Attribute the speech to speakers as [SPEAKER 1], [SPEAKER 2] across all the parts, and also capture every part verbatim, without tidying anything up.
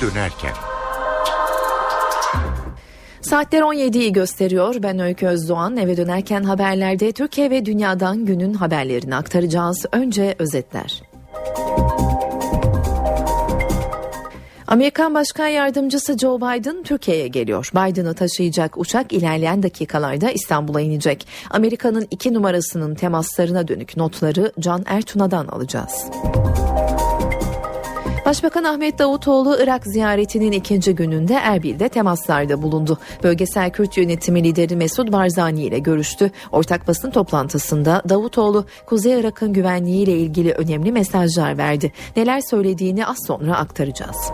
[SPEAKER 1] dönerken.
[SPEAKER 2] Saatler on yediyi gösteriyor. Ben Öykü Özdoğan. Eve dönerken haberlerde Türkiye ve dünyadan günün haberlerini aktaracağız. Önce özetler. Amerikan Başkan Yardımcısı Joe Biden Türkiye'ye geliyor. Biden'ı taşıyacak uçak ilerleyen dakikalarda İstanbul'a inecek. Amerika'nın iki numarasının temaslarına dönük notları Can Ertuna'dan alacağız. Başbakan Ahmet Davutoğlu Irak ziyaretinin ikinci gününde Erbil'de temaslarda bulundu. Bölgesel Kürt yönetimi lideri Mesud Barzani ile görüştü. Ortak basın toplantısında Davutoğlu Kuzey Irak'ın güvenliğiyle ilgili önemli mesajlar verdi. Neler söylediğini az sonra aktaracağız.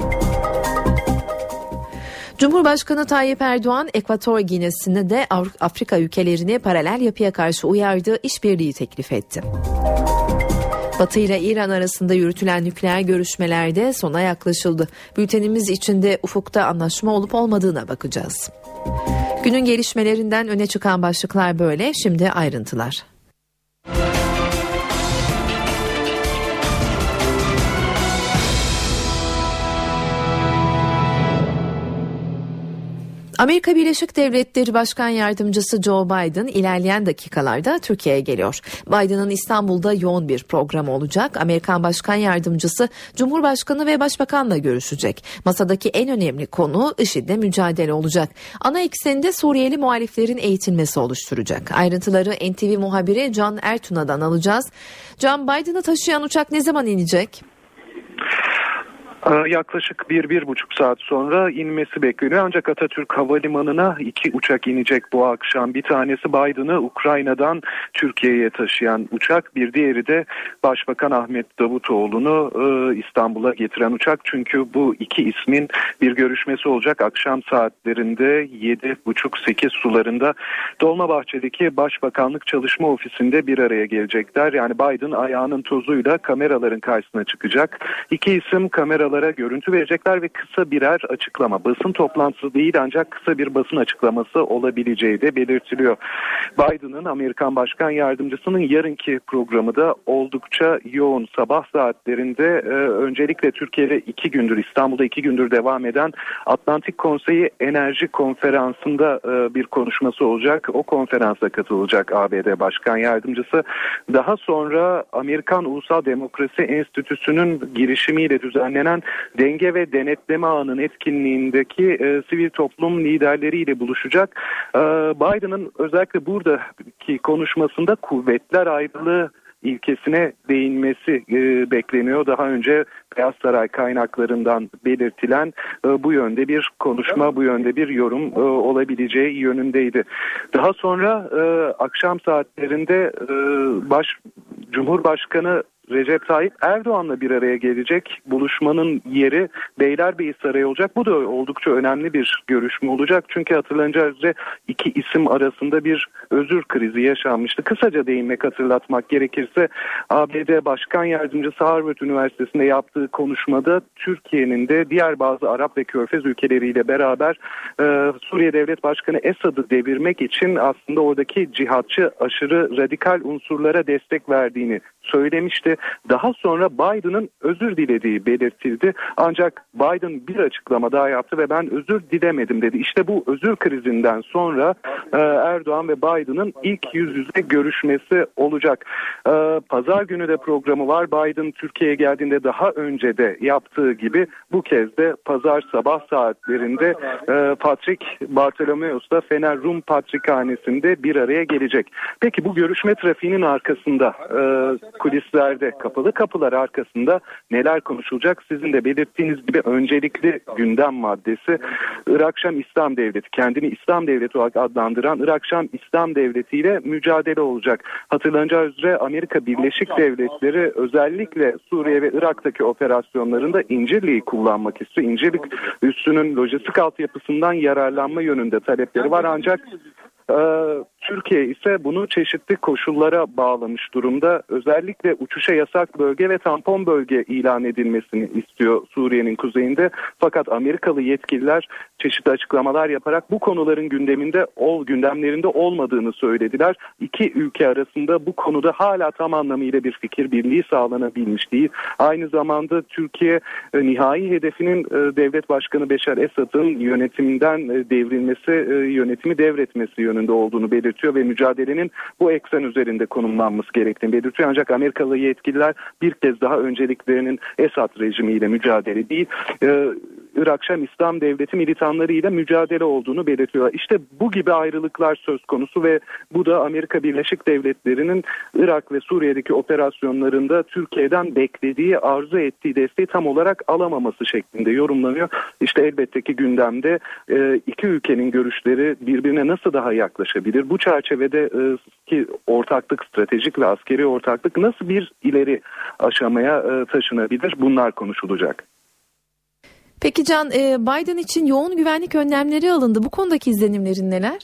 [SPEAKER 2] Cumhurbaşkanı Tayyip Erdoğan, Ekvator Ginesi'ni de Afrika ülkelerini paralel yapıya karşı uyardı, işbirliği teklif etti. Batı ile İran arasında yürütülen nükleer görüşmelerde sona yaklaşıldı. Bültenimiz içinde ufukta anlaşma olup olmadığına bakacağız. Günün gelişmelerinden öne çıkan başlıklar böyle, şimdi ayrıntılar. Amerika Birleşik Devletleri Başkan Yardımcısı Joe Biden ilerleyen dakikalarda Türkiye'ye geliyor. Biden'ın İstanbul'da yoğun bir programı olacak. Amerikan Başkan Yardımcısı Cumhurbaşkanı ve Başbakan'la görüşecek. Masadaki en önemli konu IŞİD'le mücadele olacak. Ana ekseninde Suriyeli muhaliflerin eğitilmesi oluşturacak. Ayrıntıları N T V muhabiri Can Ertuna'dan alacağız. Can, Biden'ı taşıyan uçak ne zaman inecek?
[SPEAKER 3] Yaklaşık bir, bir buçuk saat sonra inmesi bekleniyor. Ancak Atatürk Havalimanı'na iki uçak inecek bu akşam. Bir tanesi Biden'ı Ukrayna'dan Türkiye'ye taşıyan uçak. Bir diğeri de Başbakan Ahmet Davutoğlu'nu İstanbul'a getiren uçak. Çünkü bu iki ismin bir görüşmesi olacak. Akşam saatlerinde yedi buçuk sekiz sularında Dolmabahçe'deki Başbakanlık Çalışma Ofisi'nde bir araya gelecekler. Yani Biden ayağının tozuyla kameraların karşısına çıkacak. İki isim kameralara görüntü verecekler ve kısa birer açıklama. Basın toplantısı değil ancak kısa bir basın açıklaması olabileceği de belirtiliyor. Biden'ın Amerikan Başkan Yardımcısının yarınki programı da oldukça yoğun. Sabah saatlerinde e, öncelikle Türkiye'de iki gündür, İstanbul'da iki gündür devam eden Atlantik Konseyi Enerji Konferansı'nda e, bir konuşması olacak. O konferansa katılacak A B D Başkan Yardımcısı. Daha sonra Amerikan Ulusal Demokrasi Enstitüsü'nün girişimiyle düzenlenen denge ve denetleme ağının etkinliğindeki e, sivil toplum liderleriyle buluşacak. E, Biden'ın özellikle buradaki konuşmasında kuvvetler ayrılığı ilkesine değinmesi e, bekleniyor. Daha önce Beyaz Saray kaynaklarından belirtilen e, bu yönde bir konuşma, bu yönde bir yorum e, olabileceği yönündeydi. Daha sonra e, akşam saatlerinde e, baş Cumhurbaşkanı Recep Tayyip Erdoğan'la bir araya gelecek. Buluşmanın yeri Beylerbeyi Sarayı olacak. Bu da oldukça önemli bir görüşme olacak. Çünkü hatırlanacağı üzere iki isim arasında bir özür krizi yaşanmıştı. Kısaca değinmek, hatırlatmak gerekirse A B D Başkan Yardımcısı Harvard Üniversitesi'nde yaptığı konuşmada Türkiye'nin de diğer bazı Arap ve Körfez ülkeleriyle beraber e, Suriye Devlet Başkanı Esad'ı devirmek için aslında oradaki cihatçı, aşırı radikal unsurlara destek verdiğini söylemişti. Daha sonra Biden'ın özür dilediği belirtildi. Ancak Biden bir açıklama daha yaptı ve ben özür dilemedim dedi. İşte bu özür krizinden sonra e, Erdoğan ve Biden'ın ilk yüz yüze görüşmesi olacak. E, Pazar günü de programı var. Biden Türkiye'ye geldiğinde daha önce de yaptığı gibi bu kez de pazar sabah saatlerinde e, Patrick Bartolomeos'ta Fener Rum Patrikhanesi'nde bir araya gelecek. Peki bu görüşme trafiğinin arkasında, e, kulislerde, kapalı kapılar arkasında neler konuşulacak? Sizin de belirttiğiniz gibi öncelikli gündem maddesi Irak Şam İslam Devleti. Kendini İslam Devleti olarak adlandıran Irak Şam İslam Devleti ile mücadele olacak. Hatırlanacağı üzere Amerika Birleşik Devletleri özellikle Suriye ve Irak'taki operasyonlarında İncirli'yi kullanmak istiyor. İncirlik üssünün lojistik altyapısından yararlanma yönünde talepleri var ancak Ee, Türkiye ise bunu çeşitli koşullara bağlamış durumda. Özellikle uçuşa yasak bölge ve tampon bölge ilan edilmesini istiyor Suriye'nin kuzeyinde. Fakat Amerikalı yetkililer çeşitli açıklamalar yaparak bu konuların gündeminde ol gündemlerinde olmadığını söylediler. İki ülke arasında bu konuda hala tam anlamıyla bir fikir birliği sağlanabilmiş değil. Aynı zamanda Türkiye e, nihai hedefinin e, devlet başkanı Beşar Esad'ın yönetiminden e, devrilmesi, e, yönetimi devretmesi yönünde olduğunu belirtiyor ve mücadelenin bu eksen üzerinde konumlanması gerektiğini belirtiyor. Ancak Amerikalı yetkililer bir kez daha önceliklerinin Esad rejimiyle mücadele değil, e, Irak Şam İslam Devleti militanlarıyla mücadele olduğunu belirtiyorlar. İşte bu gibi ayrılıklar söz konusu ve bu da Amerika Birleşik Devletleri'nin Irak ve Suriye'deki operasyonlarında Türkiye'den beklediği, arzu ettiği desteği tam olarak alamaması şeklinde yorumlanıyor. İşte elbette ki gündemde iki ülkenin görüşleri birbirine nasıl daha yaklaşabilir? Bu çerçevede ki ortaklık, stratejik ve askeri ortaklık nasıl bir ileri aşamaya taşınabilir? Bunlar konuşulacak.
[SPEAKER 2] Peki Can, Biden için yoğun güvenlik önlemleri alındı. Bu konudaki izlenimlerin neler?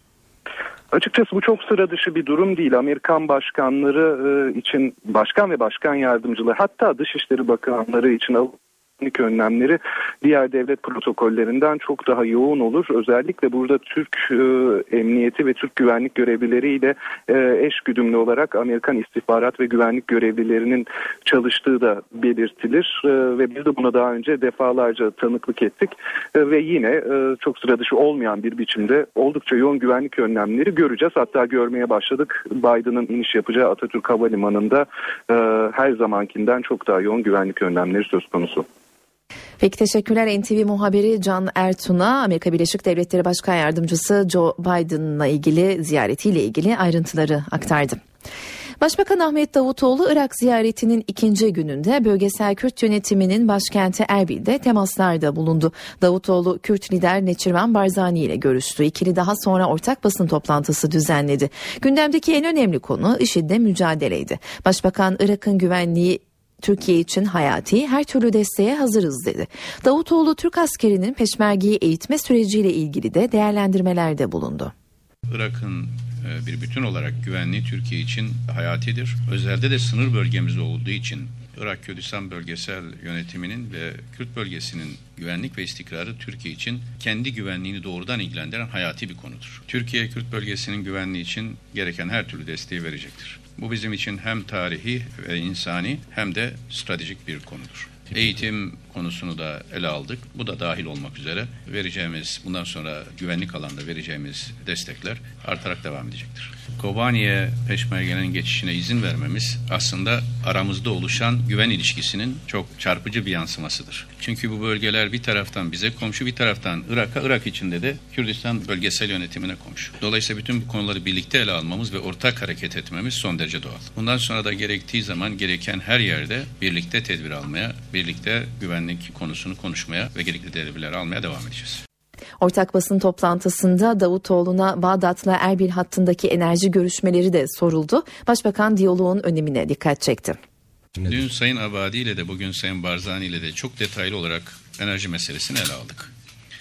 [SPEAKER 3] Açıkçası bu çok sıra dışı bir durum değil. Amerikan başkanları için, başkan ve başkan yardımcıları, hatta Dışişleri Bakanları için alınan güvenlik önlemleri diğer devlet protokollerinden çok daha yoğun olur. Özellikle burada Türk e, emniyeti ve Türk güvenlik görevlileriyle e, eş güdümlü olarak Amerikan istihbarat ve güvenlik görevlilerinin çalıştığı da belirtilir. E, ve biz de buna daha önce defalarca tanıklık ettik. E, ve yine e, çok sıra dışı olmayan bir biçimde oldukça yoğun güvenlik önlemleri göreceğiz. Hatta görmeye başladık. Biden'ın iniş yapacağı Atatürk Havalimanı'nda e, her zamankinden çok daha yoğun güvenlik önlemleri söz konusu.
[SPEAKER 2] Peki teşekkürler. N T V muhabiri Can Ertun'a Amerika Birleşik Devletleri Başkan Yardımcısı Joe Biden'la ilgili ziyaretiyle ilgili ayrıntıları aktardı. Başbakan Ahmet Davutoğlu Irak ziyaretinin ikinci gününde bölgesel Kürt yönetiminin başkenti Erbil'de temaslarda bulundu. Davutoğlu Kürt lider Neçirvan Barzani ile görüştü. İkili daha sonra ortak basın toplantısı düzenledi. Gündemdeki en önemli konu IŞİD'le mücadeleydi. Başbakan Irak'ın güvenliği Türkiye için hayati, her türlü desteğe hazırız dedi. Davutoğlu Türk askerinin peşmergeyi eğitme süreciyle ilgili de değerlendirmelerde bulundu.
[SPEAKER 1] Irak'ın bir bütün olarak güvenliği Türkiye için hayatidir. Özellikle de sınır bölgemiz olduğu için Irak Kürdistan bölgesel yönetiminin ve Kürt bölgesinin güvenlik ve istikrarı Türkiye için kendi güvenliğini doğrudan ilgilendiren hayati bir konudur. Türkiye Kürt bölgesinin güvenliği için gereken her türlü desteği verecektir. Bu bizim için hem tarihi ve insani hem de stratejik bir konudur. Eğitim konusunu da ele aldık. Bu da dahil olmak üzere vereceğimiz, bundan sonra güvenlik alanda vereceğimiz destekler artarak devam edecektir. Kobani'ye peşmergenin geçişine izin vermemiz aslında aramızda oluşan güven ilişkisinin çok çarpıcı bir yansımasıdır. Çünkü bu bölgeler bir taraftan bize komşu, bir taraftan Irak'a, Irak içinde de Kürdistan bölgesel yönetimine komşu. Dolayısıyla bütün bu konuları birlikte ele almamız ve ortak hareket etmemiz son derece doğal. Bundan sonra da gerektiği zaman gereken her yerde birlikte tedbir almaya, birlikte güvenlik konusunu konuşmaya ve gerekli tedbirleri almaya devam edeceğiz.
[SPEAKER 2] Ortak basın toplantısında Davutoğlu'na Bağdat'la Erbil hattındaki enerji görüşmeleri de soruldu. Başbakan diyaloğun önemine dikkat çekti.
[SPEAKER 1] Dün Sayın Abadi ile de bugün Sayın Barzani ile de çok detaylı olarak enerji meselesini ele aldık.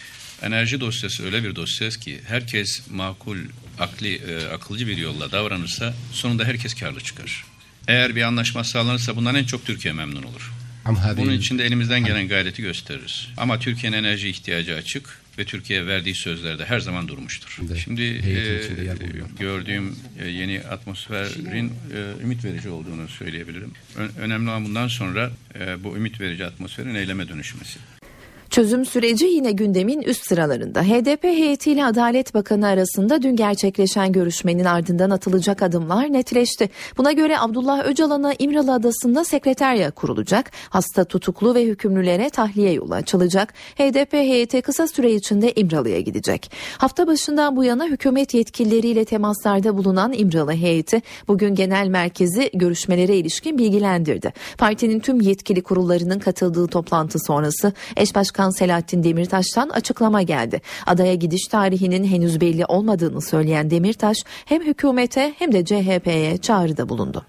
[SPEAKER 1] Enerji dosyası öyle bir dosya ki herkes makul, akli, e, akılcı bir yolla davranırsa sonunda herkes karlı çıkar. Eğer bir anlaşma sağlanırsa bundan en çok Türkiye memnun olur. Bunun için de elimizden gelen gayreti gösteririz. Ama Türkiye'nin enerji ihtiyacı açık ve Türkiye verdiği sözlerde her zaman durmuştur. Şimdi e, gördüğüm e, yeni atmosferin e, ümit verici olduğunu söyleyebilirim. Ö- önemli olan bundan sonra e, bu ümit verici atmosferin eyleme dönüşmesi.
[SPEAKER 2] Çözüm süreci yine gündemin üst sıralarında. H D P heyetiyle Adalet Bakanı arasında dün gerçekleşen görüşmenin ardından atılacak adımlar netleşti. Buna göre Abdullah Öcalan'a İmralı Adası'nda sekreterya kurulacak. Hasta, tutuklu ve hükümlülere tahliye yolu açılacak. H D P heyeti kısa süre içinde İmralı'ya gidecek. Hafta başından bu yana hükümet yetkilileriyle temaslarda bulunan İmralı heyeti bugün genel merkezi görüşmelere ilişkin bilgilendirdi. Partinin tüm yetkili kurullarının katıldığı toplantı sonrası eş başkan Selahattin Demirtaş'tan açıklama geldi. Adaya gidiş tarihinin henüz belli olmadığını söyleyen Demirtaş hem hükümete hem de C H P'ye çağrıda bulundu.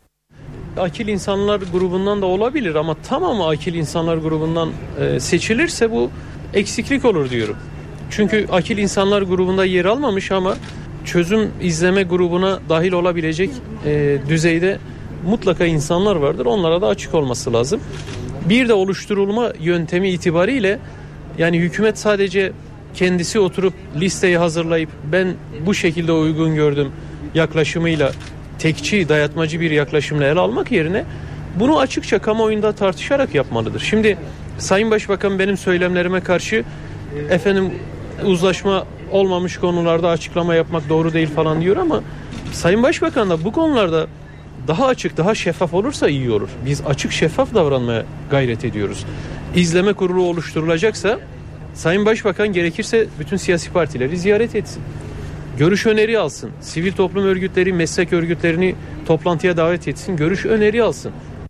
[SPEAKER 4] Akil insanlar grubundan da olabilir ama tamamı akil insanlar grubundan e, seçilirse bu eksiklik olur diyorum. Çünkü akil insanlar grubunda yer almamış ama çözüm izleme grubuna dahil olabilecek e, düzeyde mutlaka insanlar vardır. Onlara da açık olması lazım. Bir de oluşturulma yöntemi itibariyle yani hükümet sadece kendisi oturup listeyi hazırlayıp ben bu şekilde uygun gördüm yaklaşımıyla tekçi, dayatmacı bir yaklaşımla ele almak yerine bunu açıkça kamuoyunda tartışarak yapmalıdır. Şimdi Sayın Başbakan benim söylemlerime karşı efendim uzlaşma olmamış konularda açıklama yapmak doğru değil falan diyor ama Sayın Başbakan da bu konularda daha açık, daha şeffaf olursa iyi olur. Biz açık, şeffaf davranmaya gayret ediyoruz. İzleme kurulu oluşturulacaksa Sayın Başbakan gerekirse bütün siyasi partileri ziyaret etsin. Görüş öneri alsın. Sivil toplum örgütleri, meslek örgütlerini toplantıya davet etsin. Görüş öneri alsın.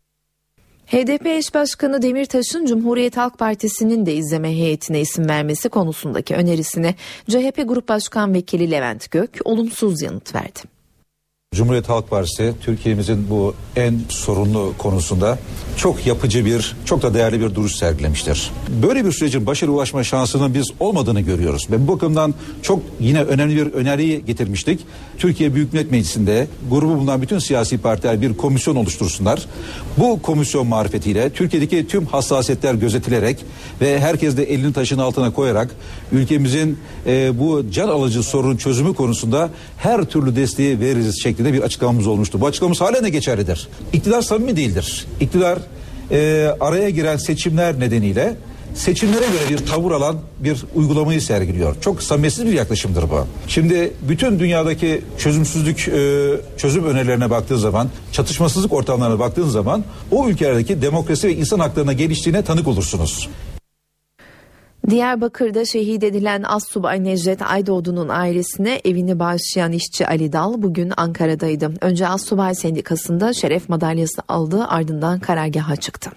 [SPEAKER 2] H D P eş başkanı Demirtaş'ın Cumhuriyet Halk Partisi'nin de izleme heyetine isim vermesi konusundaki önerisine C H P Grup Başkan Vekili Levent Gök olumsuz yanıt verdi.
[SPEAKER 5] Cumhuriyet Halk Partisi Türkiye'mizin bu en sorunlu konusunda çok yapıcı bir, çok da değerli bir duruş sergilemiştir. Böyle bir sürecin başarı ulaşma şansının biz olmadığını görüyoruz. Ve bu bakımdan çok yine önemli bir öneriyi getirmiştik. Türkiye Büyük Millet Meclisi'nde grubu bulunan bütün siyasi partiler bir komisyon oluştursunlar. Bu komisyon marifetiyle Türkiye'deki tüm hassasiyetler gözetilerek ve herkes de elini taşın altına koyarak ülkemizin e, bu can alıcı sorun çözümü konusunda her türlü desteği veririz şeklinde bir açıklamamız olmuştu. Bu açıklamamız halen de geçerlidir. İktidar samimi değildir. İktidar e, araya giren seçimler nedeniyle seçimlere göre bir tavır alan bir uygulamayı sergiliyor. Çok samimiyetsiz bir yaklaşımdır bu. Şimdi bütün dünyadaki çözümsüzlük, e, çözüm önerilerine baktığın zaman, çatışmasızlık ortamlarına baktığın zaman o ülkelerdeki demokrasi ve insan haklarına geliştiğine tanık olursunuz.
[SPEAKER 2] Diyarbakır'da şehit edilen Astsubay Necdet Aydoğdu'nun ailesine evini bağışlayan işçi Ali Dal bugün Ankara'daydı. Önce Astsubay Sendikası'nda şeref madalyası aldı, ardından karargaha çıktı.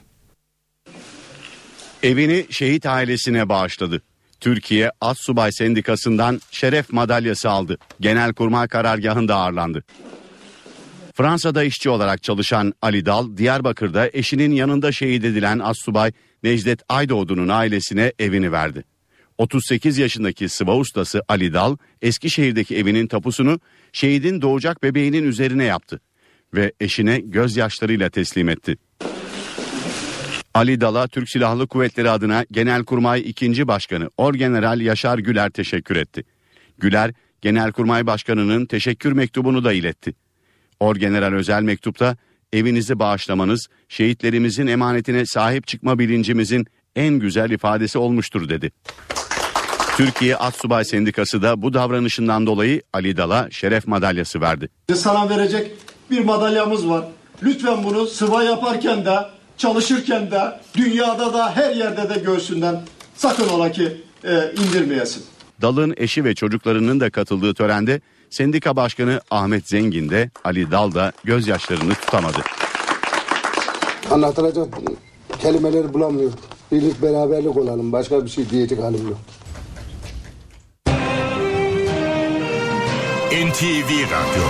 [SPEAKER 6] Evini şehit ailesine bağışladı. Türkiye Astsubay Sendikası'ndan şeref madalyası aldı. Genelkurmay karargahında ağırlandı. Fransa'da işçi olarak çalışan Ali Dal, Diyarbakır'da eşinin yanında şehit edilen Astsubay Necdet Aydoğdu'nun ailesine evini verdi. otuz sekiz yaşındaki sıva ustası Ali Dal, Eskişehir'deki evinin tapusunu şehidin doğacak bebeğinin üzerine yaptı ve eşine gözyaşlarıyla teslim etti. Ali Dal'a Türk Silahlı Kuvvetleri adına Genelkurmay ikinci Başkanı Orgeneral Yaşar Güler teşekkür etti. Güler, Genelkurmay Başkanı'nın teşekkür mektubunu da iletti. Orgeneral özel mektupta evinizi bağışlamanız şehitlerimizin emanetine sahip çıkma bilincimizin en güzel ifadesi olmuştur dedi. Türkiye Astsubay Sendikası da bu davranışından dolayı Ali Dal'a şeref madalyası verdi.
[SPEAKER 7] Sana verecek bir madalyamız var. Lütfen bunu sıva yaparken de, çalışırken de, dünyada da her yerde de göğsünden sakın ola ki e, indirmeyesin.
[SPEAKER 6] Dal'ın eşi ve çocuklarının da katıldığı törende Sendika Başkanı Ahmet Zengin de Ali Dal da gözyaşlarını tutamadı.
[SPEAKER 8] Anlatılacak kelimeleri bulamıyorum. Birlik beraberlik olalım. Başka bir şey diyecek halim yok.
[SPEAKER 9] N T V Radyo.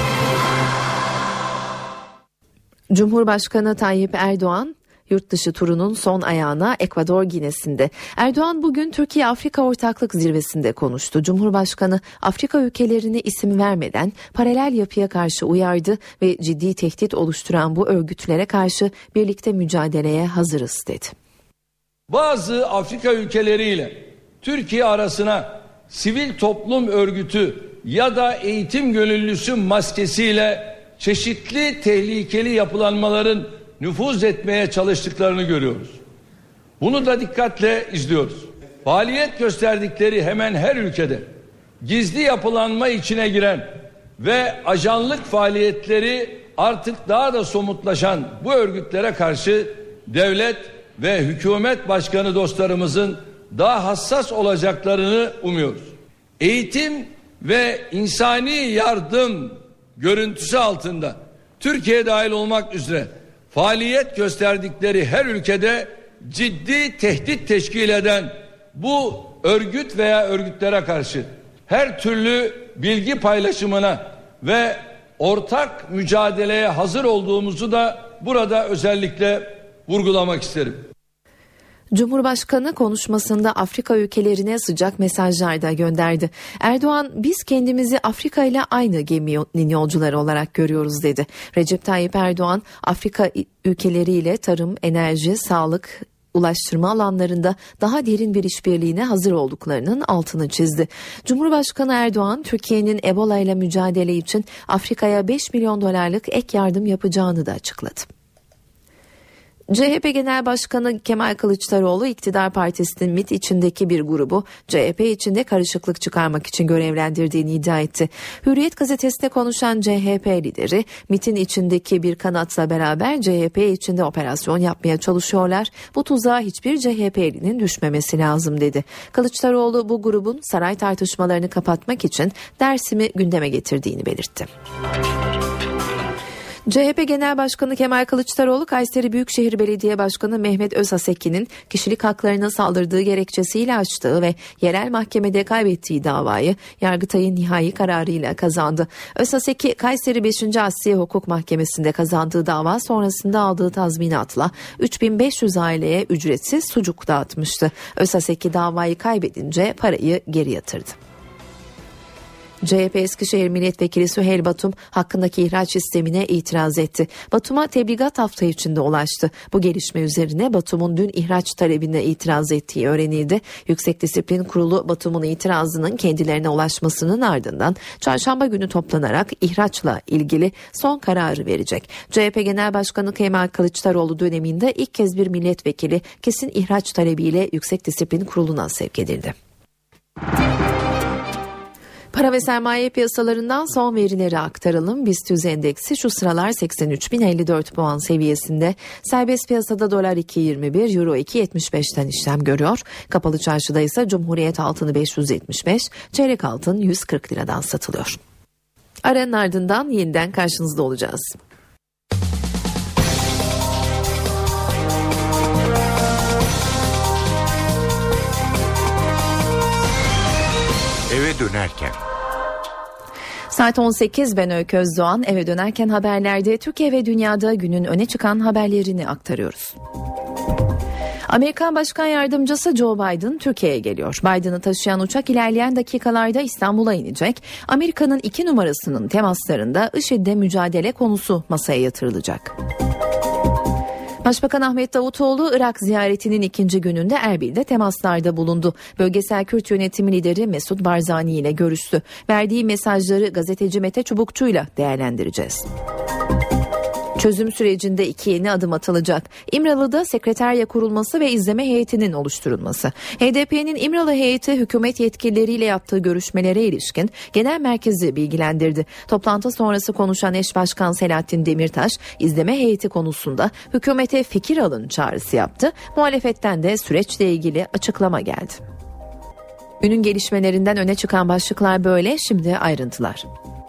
[SPEAKER 2] Cumhurbaşkanı Tayyip Erdoğan yurtdışı turunun son ayağına Ekvador Ginesi'nde. Erdoğan bugün Türkiye-Afrika Ortaklık Zirvesi'nde konuştu. Cumhurbaşkanı Afrika ülkelerine isim vermeden paralel yapıya karşı uyardı ve ciddi tehdit oluşturan bu örgütlere karşı birlikte mücadeleye hazırız dedi.
[SPEAKER 10] Bazı Afrika ülkeleriyle Türkiye arasına sivil toplum örgütü ya da eğitim gönüllüsü maskesiyle çeşitli tehlikeli yapılanmaların nüfuz etmeye çalıştıklarını görüyoruz. Bunu da dikkatle izliyoruz. Faaliyet gösterdikleri hemen her ülkede gizli yapılanma içine giren ve ajanlık faaliyetleri artık daha da somutlaşan bu örgütlere karşı devlet ve hükümet başkanı dostlarımızın daha hassas olacaklarını umuyoruz. Eğitim ve insani yardım görüntüsü altında Türkiye dahil olmak üzere faaliyet gösterdikleri her ülkede ciddi tehdit teşkil eden bu örgüt veya örgütlere karşı her türlü bilgi paylaşımına ve ortak mücadeleye hazır olduğumuzu da burada özellikle vurgulamak isterim.
[SPEAKER 2] Cumhurbaşkanı konuşmasında Afrika ülkelerine sıcak mesajlar da gönderdi. Erdoğan, biz kendimizi Afrika ile aynı geminin yolcuları olarak görüyoruz dedi. Recep Tayyip Erdoğan, Afrika ülkeleriyle tarım, enerji, sağlık, ulaştırma alanlarında daha derin bir işbirliğine hazır olduklarının altını çizdi. Cumhurbaşkanı Erdoğan, Türkiye'nin Ebola ile mücadele için Afrika'ya beş milyon dolarlık ek yardım yapacağını da açıkladı. C H P Genel Başkanı Kemal Kılıçdaroğlu, iktidar partisinin MİT içindeki bir grubu C H P içinde karışıklık çıkarmak için görevlendirdiğini iddia etti. Hürriyet gazetesinde konuşan C H P lideri, MİT'in içindeki bir kanatla beraber C H P içinde operasyon yapmaya çalışıyorlar. Bu tuzağa hiçbir C H P'linin düşmemesi lazım dedi. Kılıçdaroğlu, bu grubun saray tartışmalarını kapatmak için Dersim'i gündeme getirdiğini belirtti. C H P Genel Başkanı Kemal Kılıçdaroğlu, Kayseri Büyükşehir Belediye Başkanı Mehmet Özhaseki'nin kişilik haklarına saldırdığı gerekçesiyle açtığı ve yerel mahkemede kaybettiği davayı Yargıtay'ın nihai kararıyla kazandı. Özhaseki, Kayseri beşinci Asliye Hukuk Mahkemesi'nde kazandığı dava sonrasında aldığı tazminatla üç bin beş yüz aileye ücretsiz sucuk dağıtmıştı. Özhaseki davayı kaybedince parayı geri yatırdı. C H P Eskişehir Milletvekili Süheyl Batum hakkındaki ihraç sistemine itiraz etti. Batum'a tebligat hafta içinde ulaştı. Bu gelişme üzerine Batum'un dün ihraç talebine itiraz ettiği öğrenildi. Yüksek Disiplin Kurulu Batum'un itirazının kendilerine ulaşmasının ardından çarşamba günü toplanarak ihraçla ilgili son kararı verecek. C H P Genel Başkanı Kemal Kılıçdaroğlu döneminde ilk kez bir milletvekili kesin ihraç talebiyle Yüksek Disiplin Kurulu'na sevk edildi. Para ve sermaye piyasalarından son verileri aktaralım. BIST endeksi şu sıralar seksen üç bin elli dört puan seviyesinde. Serbest piyasada dolar iki virgül yirmi bir, euro iki virgül yetmiş beşten işlem görüyor. Kapalı çarşıda ise Cumhuriyet altını beş yüz yetmiş beş, çeyrek altın yüz kırk liradan satılıyor. Aranın ardından yeniden karşınızda olacağız.
[SPEAKER 9] Eve dönerken.
[SPEAKER 2] Saat on sekiz, ben Öykü Özdoğan. Eve dönerken haberlerde Türkiye ve dünyada günün öne çıkan haberlerini aktarıyoruz. Amerikan Başkan Yardımcısı Joe Biden Türkiye'ye geliyor. Biden'ı taşıyan uçak ilerleyen dakikalarda İstanbul'a inecek. Amerika'nın iki numarasının temaslarında IŞİD'le mücadele konusu masaya yatırılacak. Başbakan Ahmet Davutoğlu, Irak ziyaretinin ikinci gününde Erbil'de temaslarda bulundu. Bölgesel Kürt yönetimi lideri Mesut Barzani ile görüştü. Verdiği mesajları gazeteci Mete Çubukçu'yla değerlendireceğiz. Çözüm sürecinde iki yeni adım atılacak. İmralı'da sekreterya kurulması ve izleme heyetinin oluşturulması. H D P'nin İmralı heyeti hükümet yetkilileriyle yaptığı görüşmelere ilişkin genel merkezi bilgilendirdi. Toplantı sonrası konuşan eş başkan Selahattin Demirtaş, izleme heyeti konusunda hükümete fikir alın çağrısı yaptı. Muhalefetten de süreçle ilgili açıklama geldi. Günün gelişmelerinden öne çıkan başlıklar böyle, şimdi ayrıntılar.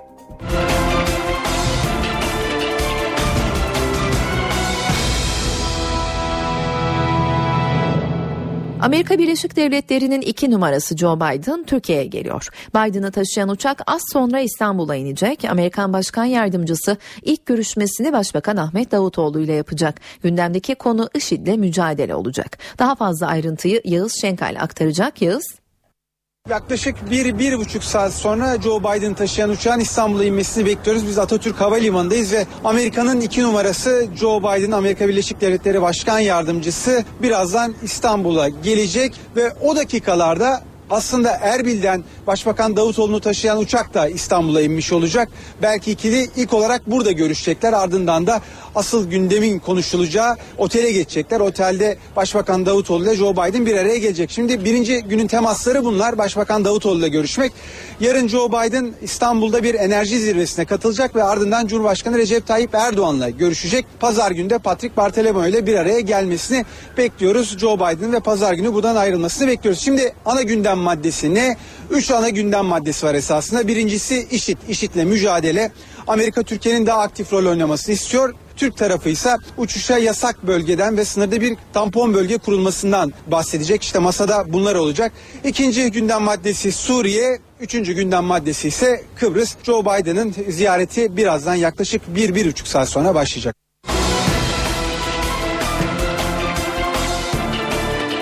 [SPEAKER 2] Amerika Birleşik Devletleri'nin iki numarası Joe Biden Türkiye'ye geliyor. Biden'ı taşıyan uçak az sonra İstanbul'a inecek. Amerikan Başkan Yardımcısı ilk görüşmesini Başbakan Ahmet Davutoğlu ile yapacak. Gündemdeki konu IŞİD'le mücadele olacak. Daha fazla ayrıntıyı Yağız Şenkal aktaracak. Yağız.
[SPEAKER 11] Yaklaşık bir, bir buçuk saat sonra Joe Biden taşıyan uçağın İstanbul'a inmesini bekliyoruz. Biz Atatürk Havalimanı'ndayız ve Amerika'nın iki numarası Joe Biden, Amerika Birleşik Devletleri Başkan Yardımcısı birazdan İstanbul'a gelecek ve o dakikalarda aslında Erbil'den Başbakan Davutoğlu'nu taşıyan uçak da İstanbul'a inmiş olacak. Belki ikili ilk olarak burada görüşecekler. Ardından da asıl gündemin konuşulacağı otele geçecekler. Otelde Başbakan Davutoğlu ile Joe Biden bir araya gelecek. Şimdi birinci günün temasları bunlar. Başbakan Davutoğlu ile görüşmek. Yarın Joe Biden İstanbul'da bir enerji zirvesine katılacak ve ardından Cumhurbaşkanı Recep Tayyip Erdoğan'la görüşecek. Pazar günü de Patrick Bartolomeo ile bir araya gelmesini bekliyoruz. Joe Biden ve pazar günü buradan ayrılmasını bekliyoruz. Şimdi ana gündem maddesi ne? Üç ana gündem maddesi var esasında. Birincisi IŞİD, IŞİD'le mücadele. Amerika Türkiye'nin daha aktif rol oynamasını istiyor. Türk tarafı ise uçuşa yasak bölgeden ve sınırda bir tampon bölge kurulmasından bahsedecek. İşte masada bunlar olacak. İkinci gündem maddesi Suriye. Üçüncü gündem maddesi ise Kıbrıs. Joe Biden'ın ziyareti birazdan yaklaşık bir, bir buçuk saat sonra başlayacak.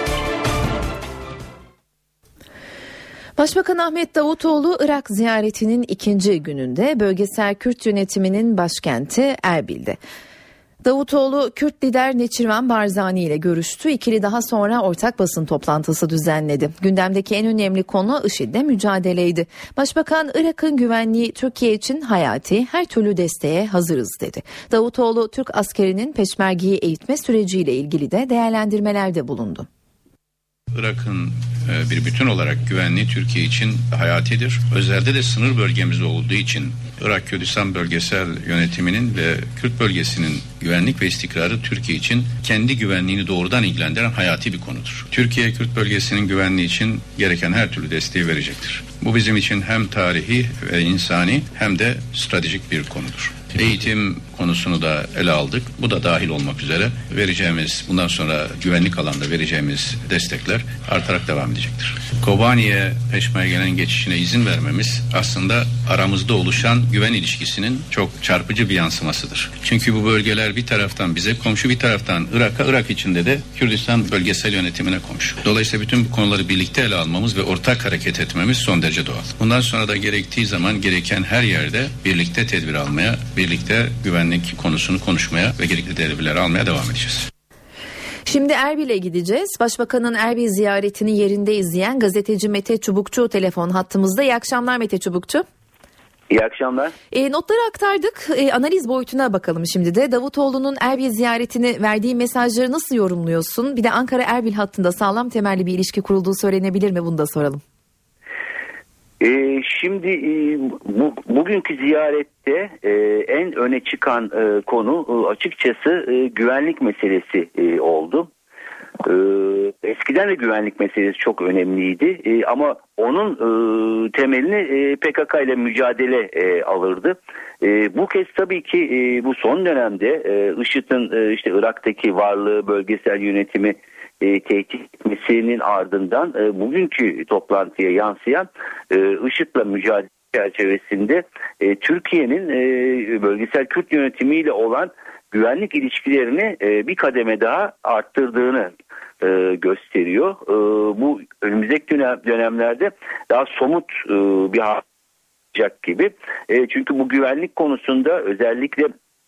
[SPEAKER 2] Başbakan Ahmet Davutoğlu Irak ziyaretinin ikinci gününde bölgesel Kürt yönetiminin başkenti Erbil'de. Davutoğlu Kürt lider Neçirvan Barzani ile görüştü. İkili daha sonra ortak basın toplantısı düzenledi. Gündemdeki en önemli konu IŞİD'le mücadeleydi. Başbakan Irak'ın güvenliği Türkiye için hayati, her türlü desteğe hazırız dedi. Davutoğlu Türk askerinin peşmergeyi eğitme süreciyle ilgili de değerlendirmelerde bulundu.
[SPEAKER 1] Irak'ın bir bütün olarak güvenliği Türkiye için hayatidir. Özellikle de sınır bölgemizde olduğu için Irak Kürdistan bölgesel yönetiminin ve Kürt bölgesinin güvenlik ve istikrarı Türkiye için kendi güvenliğini doğrudan ilgilendiren hayati bir konudur. Türkiye Kürt bölgesinin güvenliği için gereken her türlü desteği verecektir. Bu bizim için hem tarihi ve insani hem de stratejik bir konudur. Eğitim konusunu da ele aldık. Bu da dahil olmak üzere vereceğimiz, bundan sonra güvenlik alanda vereceğimiz destekler artarak devam edecektir. Kobani'ye peşmergenin geçişine izin vermemiz aslında aramızda oluşan güven ilişkisinin çok çarpıcı bir yansımasıdır. Çünkü bu bölgeler bir taraftan bize komşu, bir taraftan Irak'a, Irak içinde de Kürdistan bölgesel yönetimine komşu. Dolayısıyla bütün bu konuları birlikte ele almamız ve ortak hareket etmemiz son derece doğal. Bundan sonra da gerektiği zaman gereken her yerde birlikte tedbir almaya, birlikte güvenlik konusunu konuşmaya ve gerekli tedbirleri almaya devam edeceğiz.
[SPEAKER 2] Şimdi Erbil'e gideceğiz. Başbakanın Erbil ziyaretini yerinde izleyen gazeteci Mete Çubukçu telefon hattımızda. İyi akşamlar Mete Çubukçu.
[SPEAKER 9] İyi akşamlar.
[SPEAKER 2] E, notları aktardık. E, analiz boyutuna bakalım şimdi de. Davutoğlu'nun Erbil ziyaretini verdiği mesajları nasıl yorumluyorsun? Bir de Ankara-Erbil hattında sağlam temelli bir ilişki kurulduğu söylenebilir mi? Bunu da soralım.
[SPEAKER 9] Ee, şimdi e, bu, bugünkü ziyarette e, en öne çıkan e, konu e, açıkçası e, güvenlik meselesi e, oldu. E, eskiden de güvenlik meselesi çok önemliydi e, ama onun e, temelini e, P K K ile mücadele e, alırdı. E, bu kez tabii ki e, bu son dönemde e, IŞİD'in e, işte Irak'taki varlığı, bölgesel yönetimi E, tehdit etmesinin ardından e, bugünkü toplantıya yansıyan e, IŞİD'le mücadele çerçevesinde e, Türkiye'nin e, bölgesel Kürt yönetimiyle olan güvenlik ilişkilerini e, bir kademe daha arttırdığını e, gösteriyor. E, bu önümüzdeki dönem, dönemlerde daha somut e, bir hal olacak gibi. E, çünkü bu güvenlik konusunda özellikle